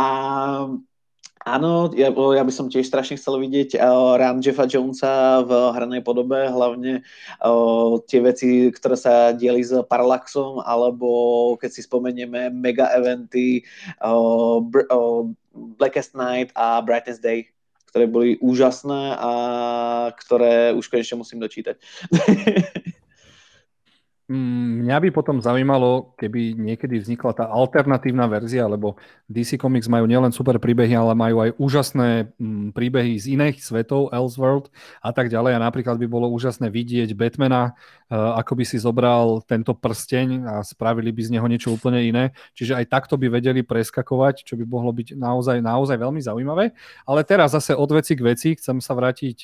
áno, ja, ja by som tiež strašne chcel vidieť uh, rán Jeffa Jonesa v hranej podobe, hlavne uh, tie veci, ktoré sa dieli s Parallaxom, alebo keď si spomenieme mega eventy uh, Br- uh, Blackest Night a Brightest Day, ktoré boli úžasné a ktoré už konečne musím dočítať. Mňa by potom zaujímalo, keby niekedy vznikla tá alternatívna verzia, lebo dé cé Comics majú nielen super príbehy, ale majú aj úžasné príbehy z iných svetov, Elseworld a tak ďalej. A napríklad by bolo úžasné vidieť Batmana, ako by si zobral tento prsteň a spravili by z neho niečo úplne iné. Čiže aj takto by vedeli preskakovať, čo by mohlo byť naozaj, naozaj veľmi zaujímavé. Ale teraz zase od veci k veci chcem sa vrátiť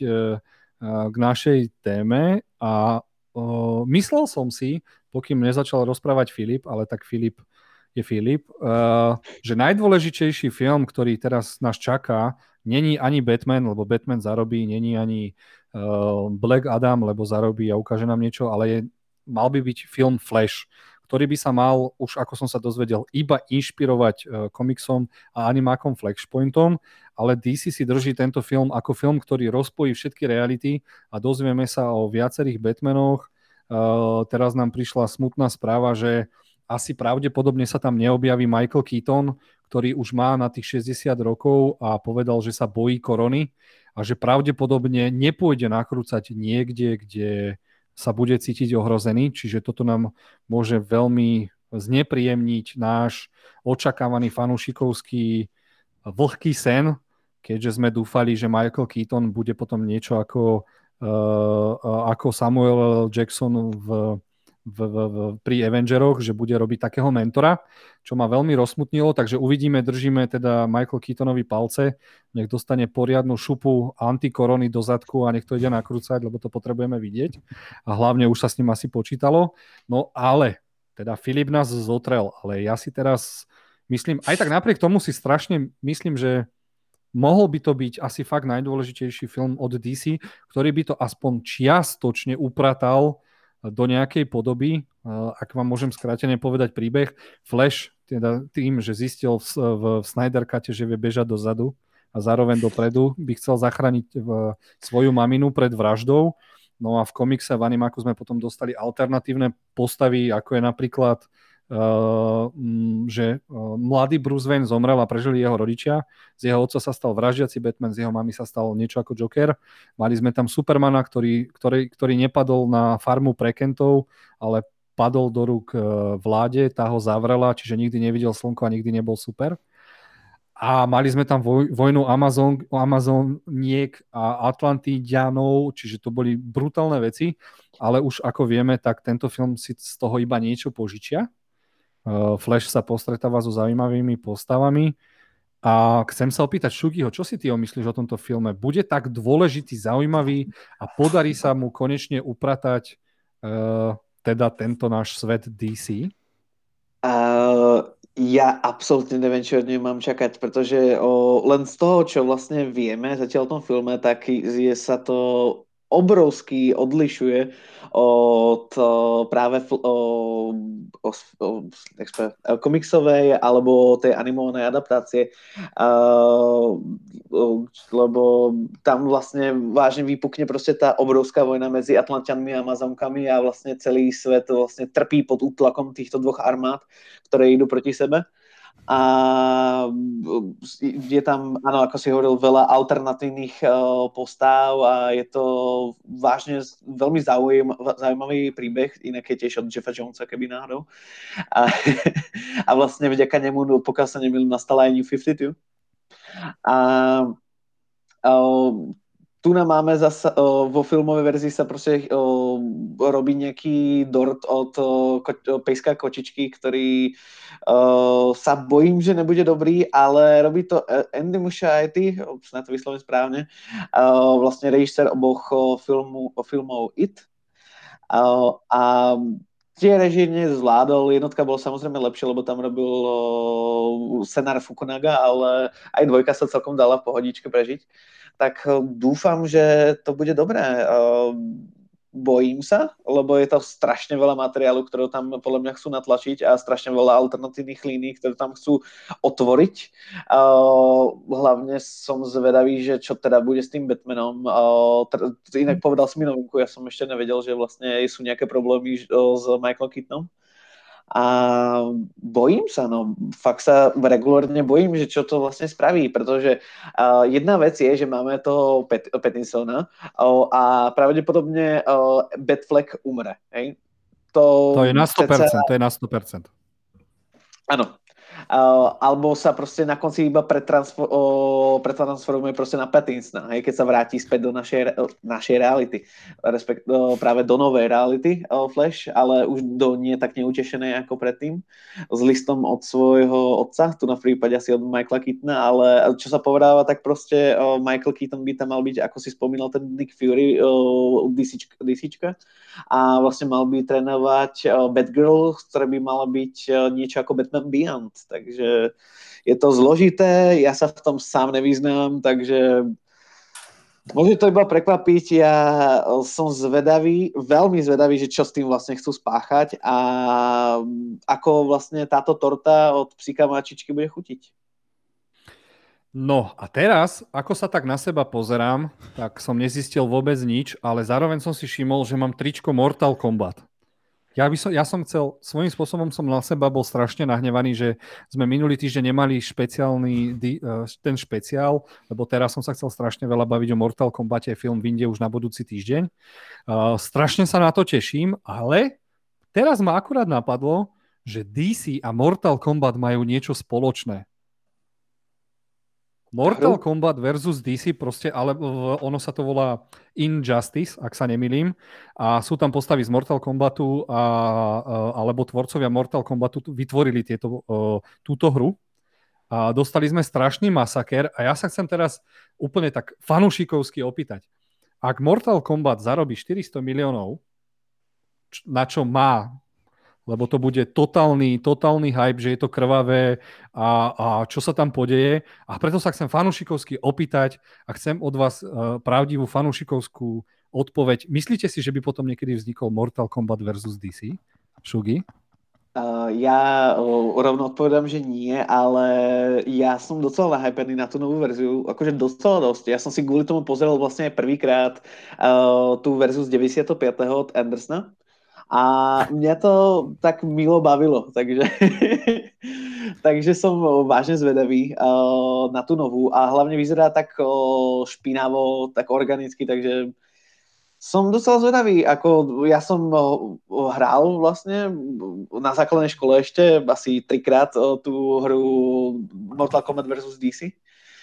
k našej téme a Uh, myslel som si, pokým nezačal rozprávať Filip, ale tak Filip je Filip, uh, že najdôležitejší film, ktorý teraz nás čaká, není ani Batman, lebo Batman zarobí, není ani uh, Black Adam, lebo zarobí a ukáže nám niečo, ale je, mal by byť film Flash, ktorý by sa mal, už ako som sa dozvedel, iba inšpirovať uh, komiksom a animákom Flashpointom, ale dé cé si drží tento film ako film, ktorý rozpojí všetky reality a dozvieme sa o viacerých Batmanoch. Uh, teraz nám prišla smutná správa, že asi pravdepodobne sa tam neobjaví Michael Keaton, ktorý už má na tých šesťdesiat rokov a povedal, že sa bojí korony a že pravdepodobne nepôjde nakrúcať niekde, kde sa bude cítiť ohrozený, čiže toto nám môže veľmi znepríjemniť náš očakávaný fanúšikovský vlhký sen, keďže sme dúfali, že Michael Keaton bude potom niečo ako, uh, ako Samuel L. Jackson v, v, v, v, pri Avengeroch, že bude robiť takého mentora, čo ma veľmi rozsmutnilo, takže uvidíme, držíme teda Michael Keatonovi palce, nech dostane poriadnu šupu antikorony do zadku a nech to ide nakrúcať, lebo to potrebujeme vidieť a hlavne už sa s ním asi počítalo. No ale, teda Filip nás zotrel, ale ja si teraz myslím, aj tak napriek tomu si strašne myslím, že mohol by to byť asi fakt najdôležitejší film od dé cé, ktorý by to aspoň čiastočne upratal do nejakej podoby. Ak vám môžem skrátene povedať príbeh, Flash teda tým, že zistil v, v, v Snyder Cute, že vie bežať dozadu a zároveň dopredu, by chcel zachrániť v, svoju maminu pred vraždou. No a v komikse, v animáku sme potom dostali alternatívne postavy, ako je napríklad Uh, že uh, mladý Bruce Wayne zomrel a prežili jeho rodičia. Z jeho otca sa stal vraždiaci Batman, z jeho mamy sa stal niečo ako Joker. Mali sme tam Supermana, ktorý, ktorý, ktorý nepadol na farmu pre Kentov, ale padol do rúk vláde, tá ho zavrela, čiže nikdy nevidel slnko a nikdy nebol super. A mali sme tam voj, vojnu Amazon, Amazoniek a Atlantidianov, čiže to boli brutálne veci, ale už ako vieme, tak tento film si z toho iba niečo požičia. Uh, Flash sa postretáva so zaujímavými postavami a chcem sa opýtať Šugiho, čo si ty myslíš o tomto filme? Bude tak dôležitý, zaujímavý a podarí sa mu konečne upratať uh, teda tento náš svet dé cé? Uh, ja absolútne neviem, čo od nej mám čakať, pretože o, len z toho, čo vlastne vieme zatiaľ o tom filme, tak je sa to obrovsky odlišuje od o, práve fl- o, o, o, o, komiksovej alebo tej animovanej adaptácie, uh, lebo tam vlastne vážne vypukne proste tá obrovská vojna medzi Atlantianmi a Amazonkami a vlastne celý svet vlastne trpí pod útlakom týchto dvoch armád, ktoré idú proti sebe. A je tam, áno, ako si hovoril, veľa alternatívnych uh, postáv a je to vážne veľmi zaujímavý, zaujímavý príbeh, inak je tiež od Jeffa Jonesa, keby náhodou. A, a vlastne vďaka nemu, pokiaľ sa nemýlim, nastala aj New päťdesiatdva. A uh, tu nám máme zase uh, vo filmovej verzii sa proste uh, robí nejaký dort od uh, ko- pejska kočičky, ktorý uh, sa bojím, že nebude dobrý, ale robí to Andy Muschietti, na to vyslovím správne, uh, vlastne režisér oboch uh, filmu, filmov It. Uh, a tie režírne zvládol, jednotka bolo samozrejme lepšie, lebo tam robil uh, scenár Fukunaga, ale aj dvojka sa celkom dala v pohodičke prežiť. Tak dúfam, že to bude dobré. Bojím sa, lebo je to strašne veľa materiálu, ktoré tam podľa mňa chcú natlačiť a strašne veľa alternatívnych línií, ktoré tam chcú otvoriť. Hlavne som zvedavý, že čo teda bude s tým Batmanom. Inak povedal si mi novinku, ja som ešte nevedel, že vlastne sú nejaké problémy s Michaelom Keatonom. A bojím sa, no fakt sa regulárne bojím, že čo to vlastne spraví, pretože uh, jedna vec je, že máme toho Pat- Pattinsona uh, a pravdepodobne uh, Batfleck umre, hej? To, To je na sto percent, ceca... to je na sto percent. Áno. Uh, alebo sa proste na konci iba pretransfor- uh, pretransformuje proste na Pattinsona, hej, keď sa vráti späť do našej, uh, našej reality, respekt, uh, práve do novej reality uh, Flash, ale už do nie tak neutešenej ako predtým, s listom od svojho otca, tu na prípade asi od Michaela Keatona, ale čo sa povedáva, tak proste uh, Michael Keaton by tam mal byť, ako si spomínal, ten Nick Fury uh, DCčka, a vlastne mal by trénovať uh, Batgirl, ktoré by mala byť uh, niečo ako Batman Beyond. Takže je to zložité, ja sa v tom sám nevyznám, takže môže to iba prekvapiť. Ja som zvedavý, veľmi zvedavý, že čo s tým vlastne chcú spáchať a ako vlastne táto torta od Psíka Mačičky bude chutiť. No a teraz, ako sa tak na seba pozerám, tak som nezistil vôbec nič, ale zároveň som si všimol, že mám tričko Mortal Kombat. Ja, by som, ja som chcel, svojím spôsobom som na seba bol strašne nahnevaný, že sme minulý týždeň nemali špeciálny ten špeciál, lebo teraz som sa chcel strašne veľa baviť o Mortal Kombate, film vyjde už na budúci týždeň. Uh, strašne sa na to teším, ale teraz ma akurát napadlo, že dé cé a Mortal Kombat majú niečo spoločné. Mortal Kombat versus dé cé proste, ale ono sa to volá Injustice, ak sa nemýlim. A sú tam postavy z Mortal Kombatu a, alebo tvorcovia Mortal Kombatu vytvorili tieto, túto hru. A dostali sme strašný masaker a ja sa chcem teraz úplne tak fanúšikovsky opýtať. Ak Mortal Kombat zarobí štyristo miliónov, na čo má, lebo to bude totálny, totálny hype, že je to krvavé a, a čo sa tam podeje. A preto sa chcem fanúšikovsky opýtať a chcem od vás uh, pravdivú fanúšikovskú odpoveď. Myslíte si, že by potom niekedy vznikol Mortal Kombat versus dé cé? Šugi? Uh, ja uh, rovno odpovedám, že nie, ale ja som docela nahypený na tú novú verziu, akože docela dosť. Ja som si kvôli tomu pozrel vlastne prvýkrát uh, tú verziu z deväťdesiatpäť od Andersona. A mňa to tak milo bavilo, takže, takže som vážne zvedavý uh, na tú novú a hlavne vyzerá tak uh, špinavo, tak organicky, takže Som docela zvedavý, ako ja som hral vlastne na základnej škole ešte asi trikrát tú hru Mortal Kombat versus. dé cé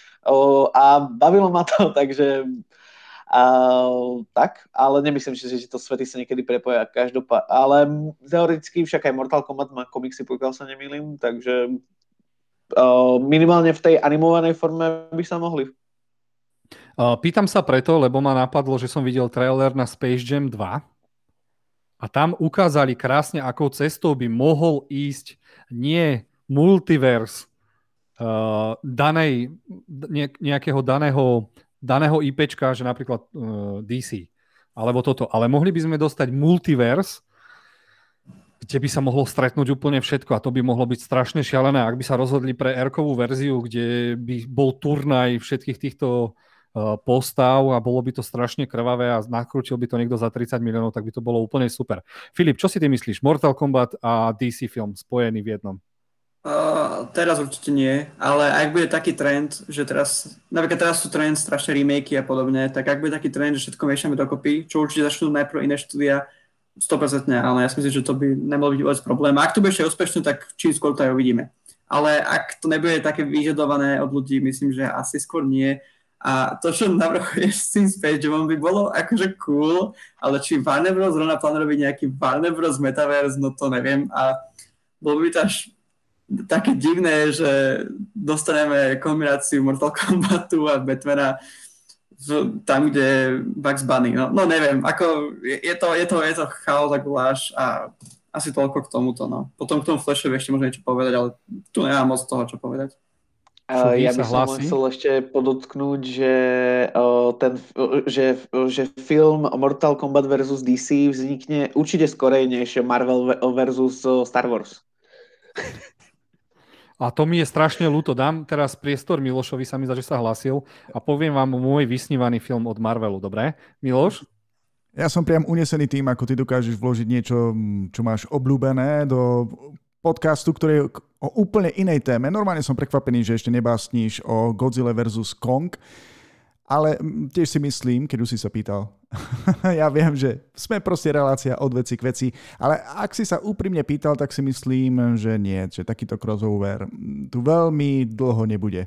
a bavilo ma to, takže a, tak, ale nemyslím si, že to svety sa niekedy prepoja každopádne, ale teoreticky však aj Mortal Kombat má komiksy, pokiaľ sa nemýlim, takže uh, minimálne v tej animovanej forme by sa mohli. Pýtam sa preto, lebo ma napadlo, že som videl trailer na Space Jam dva a tam ukázali krásne, akou cestou by mohol ísť nie multiverse uh, danej, ne, nejakého daného, daného IPčka, že napríklad uh, dé cé, alebo toto, ale mohli by sme dostať multiverse, kde by sa mohlo stretnúť úplne všetko a to by mohlo byť strašne šialené, ak by sa rozhodli pre R-kovú verziu, kde by bol turnaj všetkých týchto postav a bolo by to strašne krvavé a nakrútil by to niekto za tridsať miliónov, tak by to bolo úplne super. Filip, čo si ty myslíš? Mortal Kombat a dé cé film spojený v jednom? Uh, teraz určite nie, ale ak bude taký trend, že teraz, napríklad teraz sú trend strašne remakey a podobne, tak ak bude taký trend, že všetko miešame dokopy, čo určite začnú najprv iné štúdia, sto percent, ale ja si myslím, že to by nemohol byť vôbec problém. A ak to bude ešte úspešné, tak čím skôr to aj uvidíme. Ale ak to nebude také vyžadované od ľudí, myslím, že asi skôr nie. A to, čo navrhuješ s tým Space Jamom, by bolo akože cool, ale či Warner Bros. Rovna plán robiť nejaký Warner Bros. Metaverse, no to neviem. A bolo by to až také divné, že dostaneme kombináciu Mortal Kombatu a Batmana v, tam, kde je Bugs Bunny. No, no neviem, ako je to, je to, je to chaos a guláš a asi toľko k tomuto. No. Potom k tomu Flashovi ešte možno niečo povedať, ale tu nemám moc toho, čo povedať. Uh, ja by som chcel ešte podotknúť, že, uh, ten, uh, že, uh, že film Mortal Kombat versus. dé cé vznikne určite skorej než Marvel versus. Star Wars. A to mi je strašne ľúto. Dám teraz priestor Milošovi, sa mi zdá, že sa hlásil a poviem vám môj vysnívaný film od Marvelu, dobre? Miloš? Ja som priam unesený tým, ako ty dokážeš vložiť niečo, čo máš obľúbené do podcastu, ktorý je o úplne inej téme. Normálne som prekvapený, že ešte nebásníš o Godzilla versus. Kong, ale tiež si myslím, keď už si sa pýtal, ja viem, že sme proste relácia od veci k veci, ale ak si sa úprimne pýtal, tak si myslím, že nie, že takýto crossover tu veľmi dlho nebude.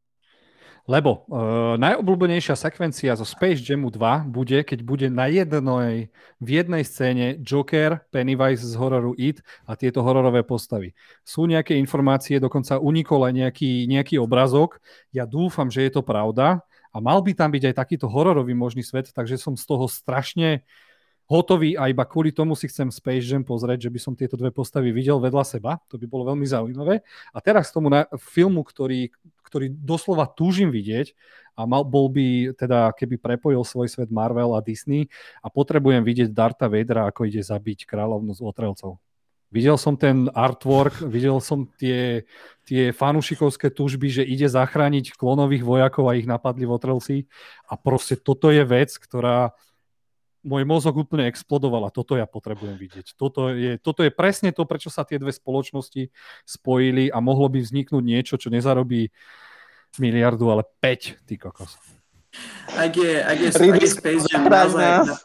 Lebo uh, najobľúbenejšia sekvencia zo Space Jamu dva bude, keď bude na jednej, v jednej scéne Joker, Pennywise z hororu It a tieto hororové postavy. Sú nejaké informácie, dokonca unikol aj nejaký, nejaký obrazok. Ja dúfam, že je to pravda a mal by tam byť aj takýto hororový možný svet, takže som z toho strašne hotový a iba kvôli tomu si chcem Space Jam pozrieť, že by som tieto dve postavy videl vedľa seba. To by bolo veľmi zaujímavé. A teraz k tomu na, filmu, ktorý, ktorý doslova túžim vidieť a mal, bol by teda, keby prepojil svoj svet Marvel a Disney a potrebujem vidieť Dartha Vadera, ako ide zabiť kráľovnu z Otrelcov. Videl som ten artwork, videl som tie, tie fanúšikovské túžby, že ide zachrániť klonových vojakov a ich napadli Otrelci a proste toto je vec, ktorá môj mozog úplne explodoval a toto ja potrebujem vidieť. Toto je, toto je presne to, prečo sa tie dve spoločnosti spojili a mohlo by vzniknúť niečo, čo nezarobí miliardu, ale päť, ty kokos. Ak je, ak je, ak je Space Jam naozaj,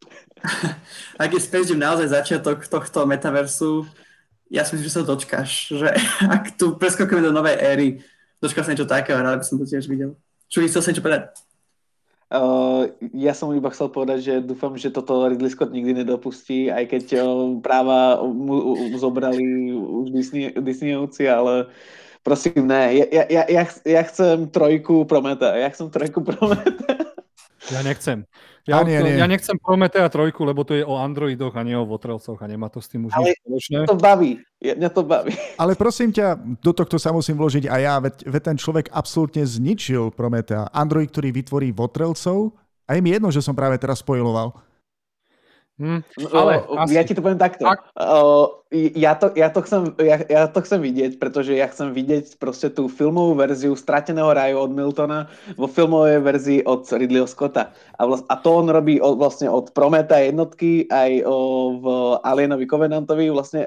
ak je Space Jam naozaj začiatok tohto metaversu, ja si myslím, že sa dočkáš, že ak tu preskokujeme do novej éry, dočkáš sa niečo takého, rád by som to tiež videl. Čo by chcel sa niečo povedať? Uh, ja som iba chcel povedať, že dúfam, že toto Ridley Scott nikdy nedopustí, aj keď uh, práva mu uh, zobrali už Disney, Disneyovci, ale prosím, ne. Ja, ja, ja, ja chcem trojku Prometea. Ja chcem trojku Prometea. Ja nechcem. Ja, nie, nie. ja nechcem Prometea trojku, lebo to je o androidoch a nie o Votrelcoch a nemá to s tým už ale nič spoločné. Mňa to baví. Mňa to baví. Ale prosím ťa, do tohto sa musím vložiť aj ja, veď, veď ten človek absolútne zničil Prometea. Android, ktorý vytvorí Votrelcov, a je mi jedno, že som práve teraz spoiloval. Hmm, ale uh, ja ti to poviem takto. Uh, ja, to, ja, to chcem, ja, ja to chcem vidieť, pretože ja chcem vidieť proste tú filmovú verziu Strateného raju od Miltona vo filmovej verzii od Ridleyho Scotta. A, vlast, a to on robí od, vlastne od Prometea jednotky aj o, v Alienovi Covenantovi vlastne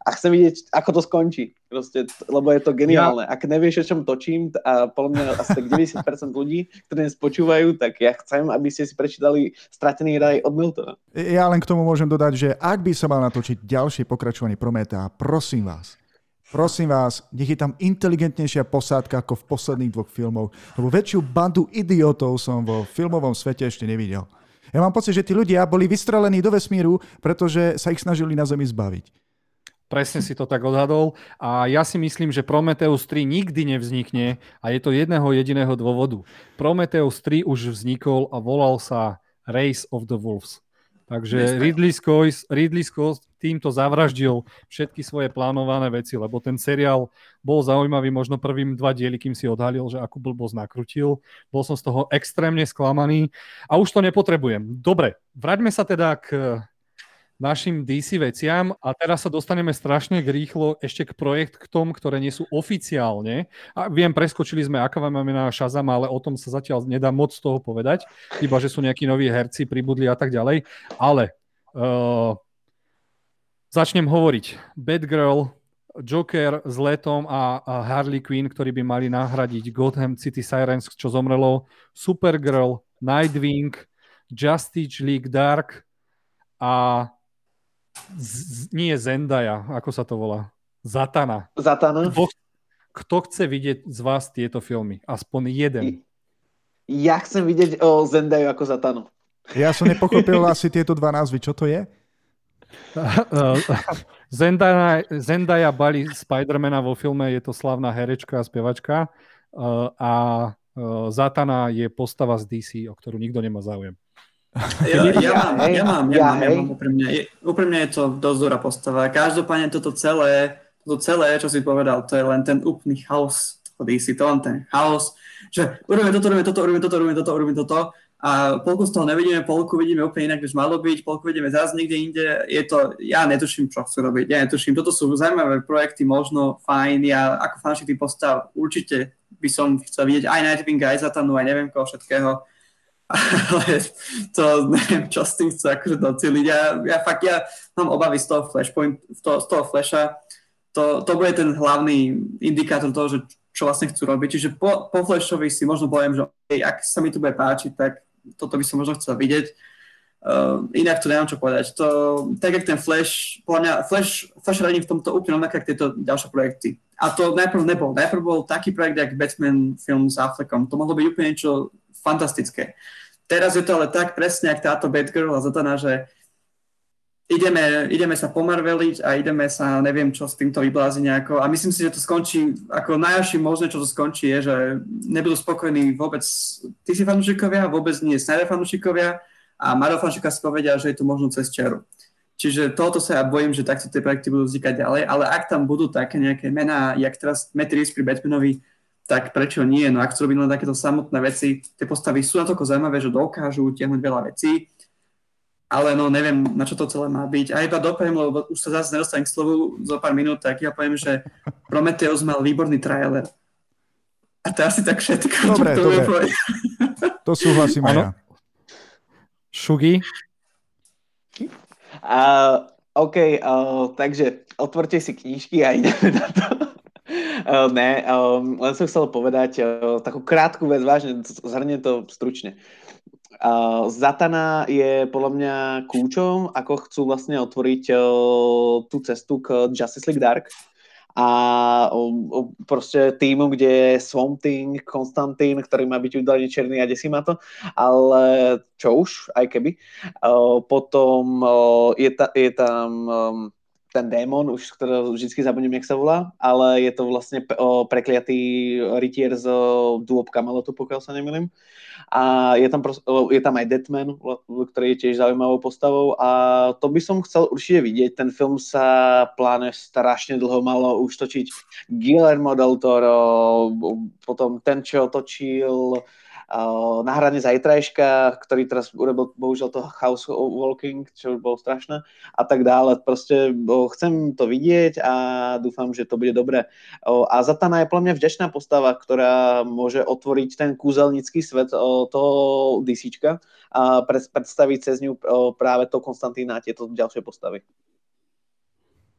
a chcem vidieť, ako to skončí. Proste, lebo je to geniálne. Ja... Ak nevieš, o čom točím, a podľa mňa asi tak deväťdesiat percent ľudí, ktorí nás počúvajú, tak ja chcem, aby ste si prečítali Stratený raj od Miltona. Ja len k tomu môžem dodať, že ak by sa mal natočiť ďalšie pokračovanie Prometea, prosím vás, prosím vás, nech je tam inteligentnejšia posádka ako v posledných dvoch filmoch, lebo väčšiu bandu idiotov som vo filmovom svete ešte nevidel. Ja mám pocit, že tí ľudia boli vystrelení do vesmíru, pretože sa ich snažili na Zemi zbaviť. Presne si to tak odhadol a ja si myslím, že Prometheus tri nikdy nevznikne a je to jedného jediného dôvodu. Prometheus tri už vznikol a volal sa Race of the Wolves. Takže Ridley Scott, Ridley Scott týmto zavraždil všetky svoje plánované veci, lebo ten seriál bol zaujímavý možno prvým dva diely, kým si odhalil, že akú blbosť nakrutil. Bol som z toho extrémne sklamaný a už to nepotrebujem. Dobre, vráťme sa teda k našim dé cé veciam a teraz sa dostaneme strašne rýchlo ešte k projektom, ktoré nie sú oficiálne. A viem, preskočili sme Aquamana, Shazama, ale o tom sa zatiaľ nedá moc z toho povedať, iba že sú nejakí noví herci, pribudli a tak ďalej. Ale uh, začnem hovoriť. Batgirl, Joker s Letom a, a Harley Quinn, ktorí by mali nahradiť Gotham City Sirens, čo zomrelo, Supergirl, Nightwing, Justice League Dark a Z, nie Zendaya, ako sa to volá? Zatanna. Zatanna. Kto, kto chce vidieť z vás tieto filmy? Aspoň jeden. Ja chcem vidieť o Zendayu ako Zatannu. Ja som nepochopil asi tieto dva názvy. Čo to je? Zendaya, Zendaya balí Spidermana vo filme, je to slavná herečka a spevačka a Zatanna je postava z dé cé, o ktorú nikto nemá záujem. Ja, ja, mám, ja mám, ja mám, ja mám úprimne. Je, úprimne je to dosť dobrá postava. Každopádne toto celé, toto celé, čo si povedal, to je len ten úplný chaos toho dé cé, to len ten chaos, že urobíme toto, urobíme toto, urobíme toto, urobíme toto, urobíme toto a polku z toho nevidíme, polku vidíme úplne inak, než malo byť, polku vidíme zase niekde inde. Je to, ja netuším, čo chcú robiť, ja netuším. Toto sú zaujímavé projekty, možno fajn, ja ako fanúšik tých postav určite by som chcel vidieť aj Nightwinga, aj Zatannu, aj neviem koho všetkého. Ale to neviem, čo s tým chcú akože doceliť. Ja, ja fakt, ja mám obavy z toho Flashpoint, z toho, z toho Flasha. To, to bude ten hlavný indikátor toho, že čo vlastne chcú robiť. Čiže po, po Flashovi si možno poviem, že okay, ak sa mi to bude páčiť, tak toto by som možno chcel vidieť. Uh, inak to neviem, čo povedať. To, tak, jak ten Flash, podľa mňa Flash, Flash radím v tomto úplne rovnaké, ako tieto ďalšie projekty. A to najprv nebol. Najprv bol taký projekt, jak Batman film s Affleckom. To mohlo byť úplne niečo fantastické. Teraz je to ale tak presne, jak táto Batgirl a Zatanna, že ideme, ideme sa pomarveliť a ideme sa, neviem čo, s týmto vybláziť nejako. A myslím si, že to skončí, ako najhoršie možné, čo to skončí, je, že nebudú spokojní vôbec tí si fanúšikovia, vôbec nie Snyder fanúšikovia a Marvel fanúšikovia si povedia, že je to možno cez čiaru. Čiže tohoto sa ja bojím, že takto tie projekty budú vznikať ďalej, ale ak tam budú také nejaké mená, jak teraz Matt Reeves pri Batmanovi, tak prečo nie? No ak chcú robiť len takéto samotné veci, tie postavy sú natoľko zaujímavé, že dokážu utiahnuť veľa vecí, ale no neviem, na čo to celé má byť. A iba dopoviem, lebo už sa zase nedostanem k slovu zo pár minút, tak ja poviem, že Prometheus mal výborný trailer. A to asi tak všetko. Dobre, to dobre. To súhlasím aj ja. Šugi? Uh, OK, uh, takže otvorte si knížky a ideme na to. Uh, ne, um, len som chcel povedať uh, takú krátku vec, vážne, zhrnie to stručne. Uh, Zatanna je podľa mňa kľúčom, ako chcú vlastne otvoriť uh, tú cestu k Justice League Dark a uh, proste týmu, kde je Swamp Thing, Konstantín, ktorý má byť údajne černý a desí ma to, ale čo už, aj keby. Uh, potom uh, je, ta, je tam um, ten démon, už ktorého vždy zabudnem, jak sa volá, ale je to vlastne o, prekliatý rytier z dôb Camelotu, pokiaľ sa nemýlim. A je tam, o, je tam aj Deathman, ktorý je tiež zaujímavou postavou a to by som chcel určite vidieť. Ten film sa plánuje strašne dlho, malo už točiť Guillermo del Toro, potom ten, čo točil Uh, na hrane zajtrajška, ktorý teraz urobil bohužiaľ to House Walking, čo už bolo strašné a tak dále. Proste uh, chcem to vidieť a dúfam, že to bude dobré. Uh, a Zatanna je podľa mňa vďačná postava, ktorá môže otvoriť ten kúzelnický svet uh, toho DCčka a pred, predstaviť cez ňu uh, práve to Konstantína a tieto ďalšie postavy.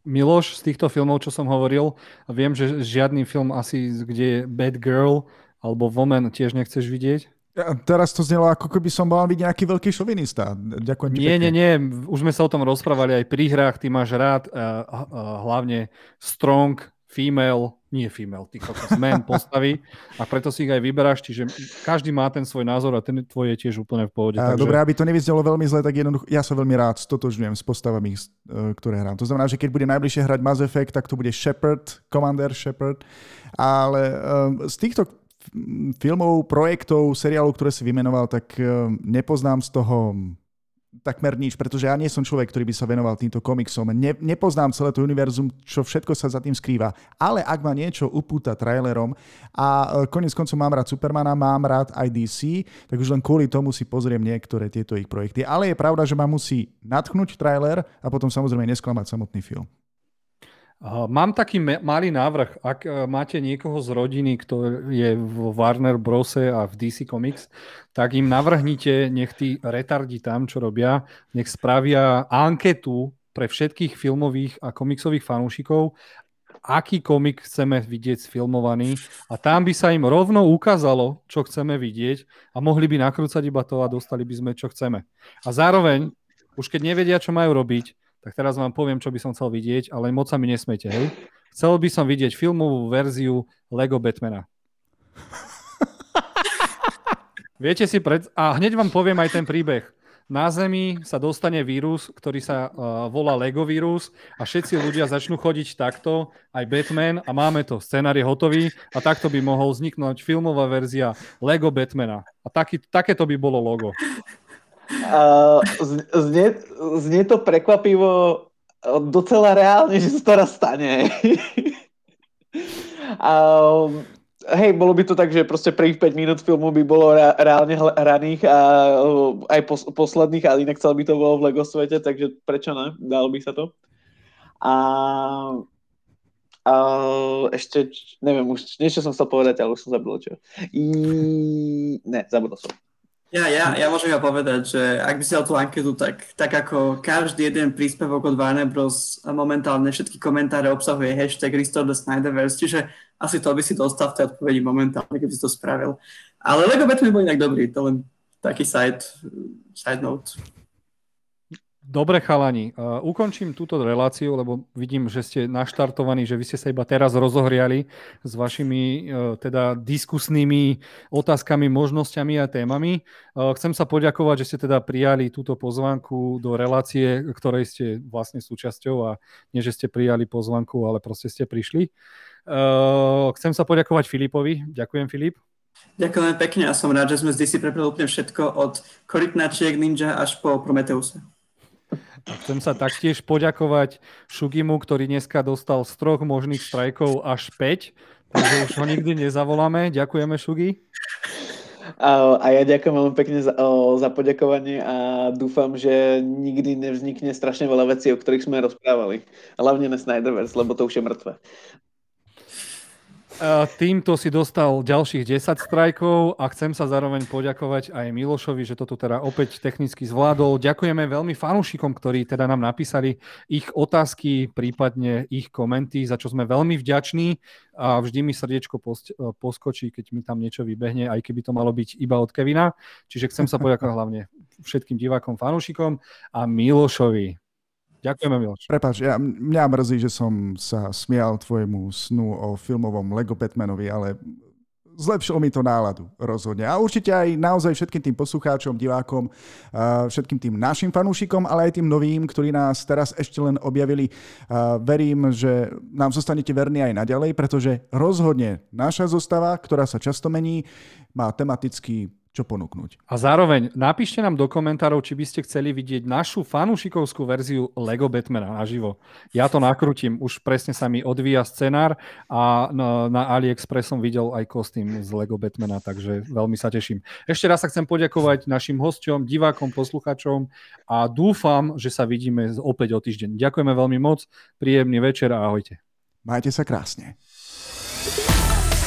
Miloš, z týchto filmov, čo som hovoril, viem, že žiadny film asi, kde je Bad Girl alebo Woman tiež nechceš vidieť? Ja, teraz to znelo, ako keby som mal byť nejaký veľký šovinista. Ďakujem ti Nie, pekne. nie, nie. Už sme sa o tom rozprávali aj pri hrách. Ty máš rád uh, uh, hlavne strong, female, nie female, ty kokos, man postavy a preto si ich aj vyberáš, čiže každý má ten svoj názor a ten tvoj je tiež úplne v pohode. A, takže... Dobre, aby to nevyznelo veľmi zle, tak jednoducho, ja sa veľmi rád stotožňujem s postavami, uh, ktoré hrám. To znamená, že keď bude najbližšie hrať Mass Effect, tak to bude Shepard, Commander Shepard, ale uh, z týchto filmov, projektov, seriálov, ktoré si vymenoval, tak uh, nepoznám z toho takmer nič, pretože ja nie som človek, ktorý by sa venoval týmto komiksom. Ne, nepoznám celé to univerzum, čo všetko sa za tým skrýva. Ale ak ma niečo upúta trailerom a koniec koncov mám rád Supermana, mám rád aj dé cé, tak už len kvôli tomu si pozriem niektoré tieto ich projekty. Ale je pravda, že ma musí nadchnúť trailer a potom samozrejme nesklamať samotný film. Mám taký malý návrh. Ak máte niekoho z rodiny, kto je v Warner Brose a v dé cé Comics, tak im navrhnite, nech tí retardi tam, čo robia, nech spravia anketu pre všetkých filmových a komiksových fanúšikov, aký komik chceme vidieť sfilmovaný a tam by sa im rovno ukázalo, čo chceme vidieť a mohli by nakrúcať iba to a dostali by sme, čo chceme. A zároveň, už keď nevedia, čo majú robiť, tak teraz vám poviem, čo by som chcel vidieť, ale moc sa mi nesmete, hej? Chcel by som vidieť filmovú verziu Lego Batmana. Viete si pred... A hneď vám poviem aj ten príbeh. Na Zemi sa dostane vírus, ktorý sa uh, volá Lego vírus a všetci ľudia začnú chodiť takto, aj Batman, a máme to, scenár je hotový a takto by mohol vzniknúť filmová verzia Lego Batmana. A taký, takéto by bolo logo. Uh, znie, znie to prekvapivo docela reálne, že sa to raz stane. uh, hej, bolo by to tak, že proste prvých päť minút filmu by bolo re- reálne hraných a uh, aj pos- posledných, ale inak celé by to bolo v Lego svete, takže prečo ne? Dalo by sa to. A uh, ešte, neviem, už niečo som chcel povedať, ale už som zabudol čo. I... Ne, zabudol som. Ja, ja, ja môžem ja povedať, že ak by si dal tú anketu, tak, tak ako každý jeden príspevok od Warner Bros. Momentálne všetky komentáre obsahuje hashtag Restore the Snyderverse, čiže asi to by si dostal v tej odpovedi momentálne, keby si to spravil. Ale Lego Batman bol inak dobrý, to len taký side, side note. Dobre, chalani, uh, ukončím túto reláciu, lebo vidím, že ste naštartovaní, že vy ste sa iba teraz rozohriali s vašimi uh, teda diskusnými otázkami, možnosťami a témami. Uh, chcem sa poďakovať, že ste teda prijali túto pozvánku do relácie, ktorej ste vlastne súčasťou a nie, že ste prijali pozvánku, ale proste ste prišli. Uh, chcem sa poďakovať Filipovi. Ďakujem, Filip. Ďakujem pekne a som rád, že sme z dé cé prebrali úplne všetko od korytnačiek Ninja až po Prometheuse. A chcem sa taktiež poďakovať Šugimu, ktorý dneska dostal z troch možných strajkov až päť, takže už ho nikdy nezavoláme. Ďakujeme, Šugi. A, a ja ďakujem veľmi pekne za, o, za poďakovanie a dúfam, že nikdy nevznikne strašne veľa vecí, o ktorých sme rozprávali. Hlavne na Snyderverse, lebo to už je mŕtve. Týmto si dostal ďalších desať strajkov a chcem sa zároveň poďakovať aj Milošovi, že toto teda opäť technicky zvládol. Ďakujeme veľmi fanúšikom, ktorí teda nám napísali ich otázky, prípadne ich komenty, za čo sme veľmi vďační a vždy mi srdiečko poskočí, keď mi tam niečo vybehne, aj keby to malo byť iba od Kevina. Čiže chcem sa poďakovať hlavne všetkým divákom, fanúšikom a Milošovi. Ďakujeme, Miloš. Prepáč, ja, mňa mrzí, že som sa smial tvojemu snu o filmovom Lego Batmanovi, ale zlepšilo mi to náladu rozhodne. A určite aj naozaj všetkým tým poslucháčom, divákom, všetkým tým našim fanúšikom, ale aj tým novým, ktorí nás teraz ešte len objavili. Verím, že nám zostanete verní aj naďalej, pretože rozhodne naša zostava, ktorá sa často mení, má tematický čo ponúknuť. A zároveň napíšte nám do komentárov, či by ste chceli vidieť našu fanúšikovskú verziu Lego Batmana naživo. Ja to nakrútim, už presne sa mi odvíja scenár a na, na AliExpress som videl aj kostým z Lego Batmana, takže veľmi sa teším. Ešte raz sa chcem poďakovať našim hosťom, divákom, posluchačom a dúfam, že sa vidíme opäť o týždeň. Ďakujeme veľmi moc, príjemný večer a ahojte. Majte sa krásne.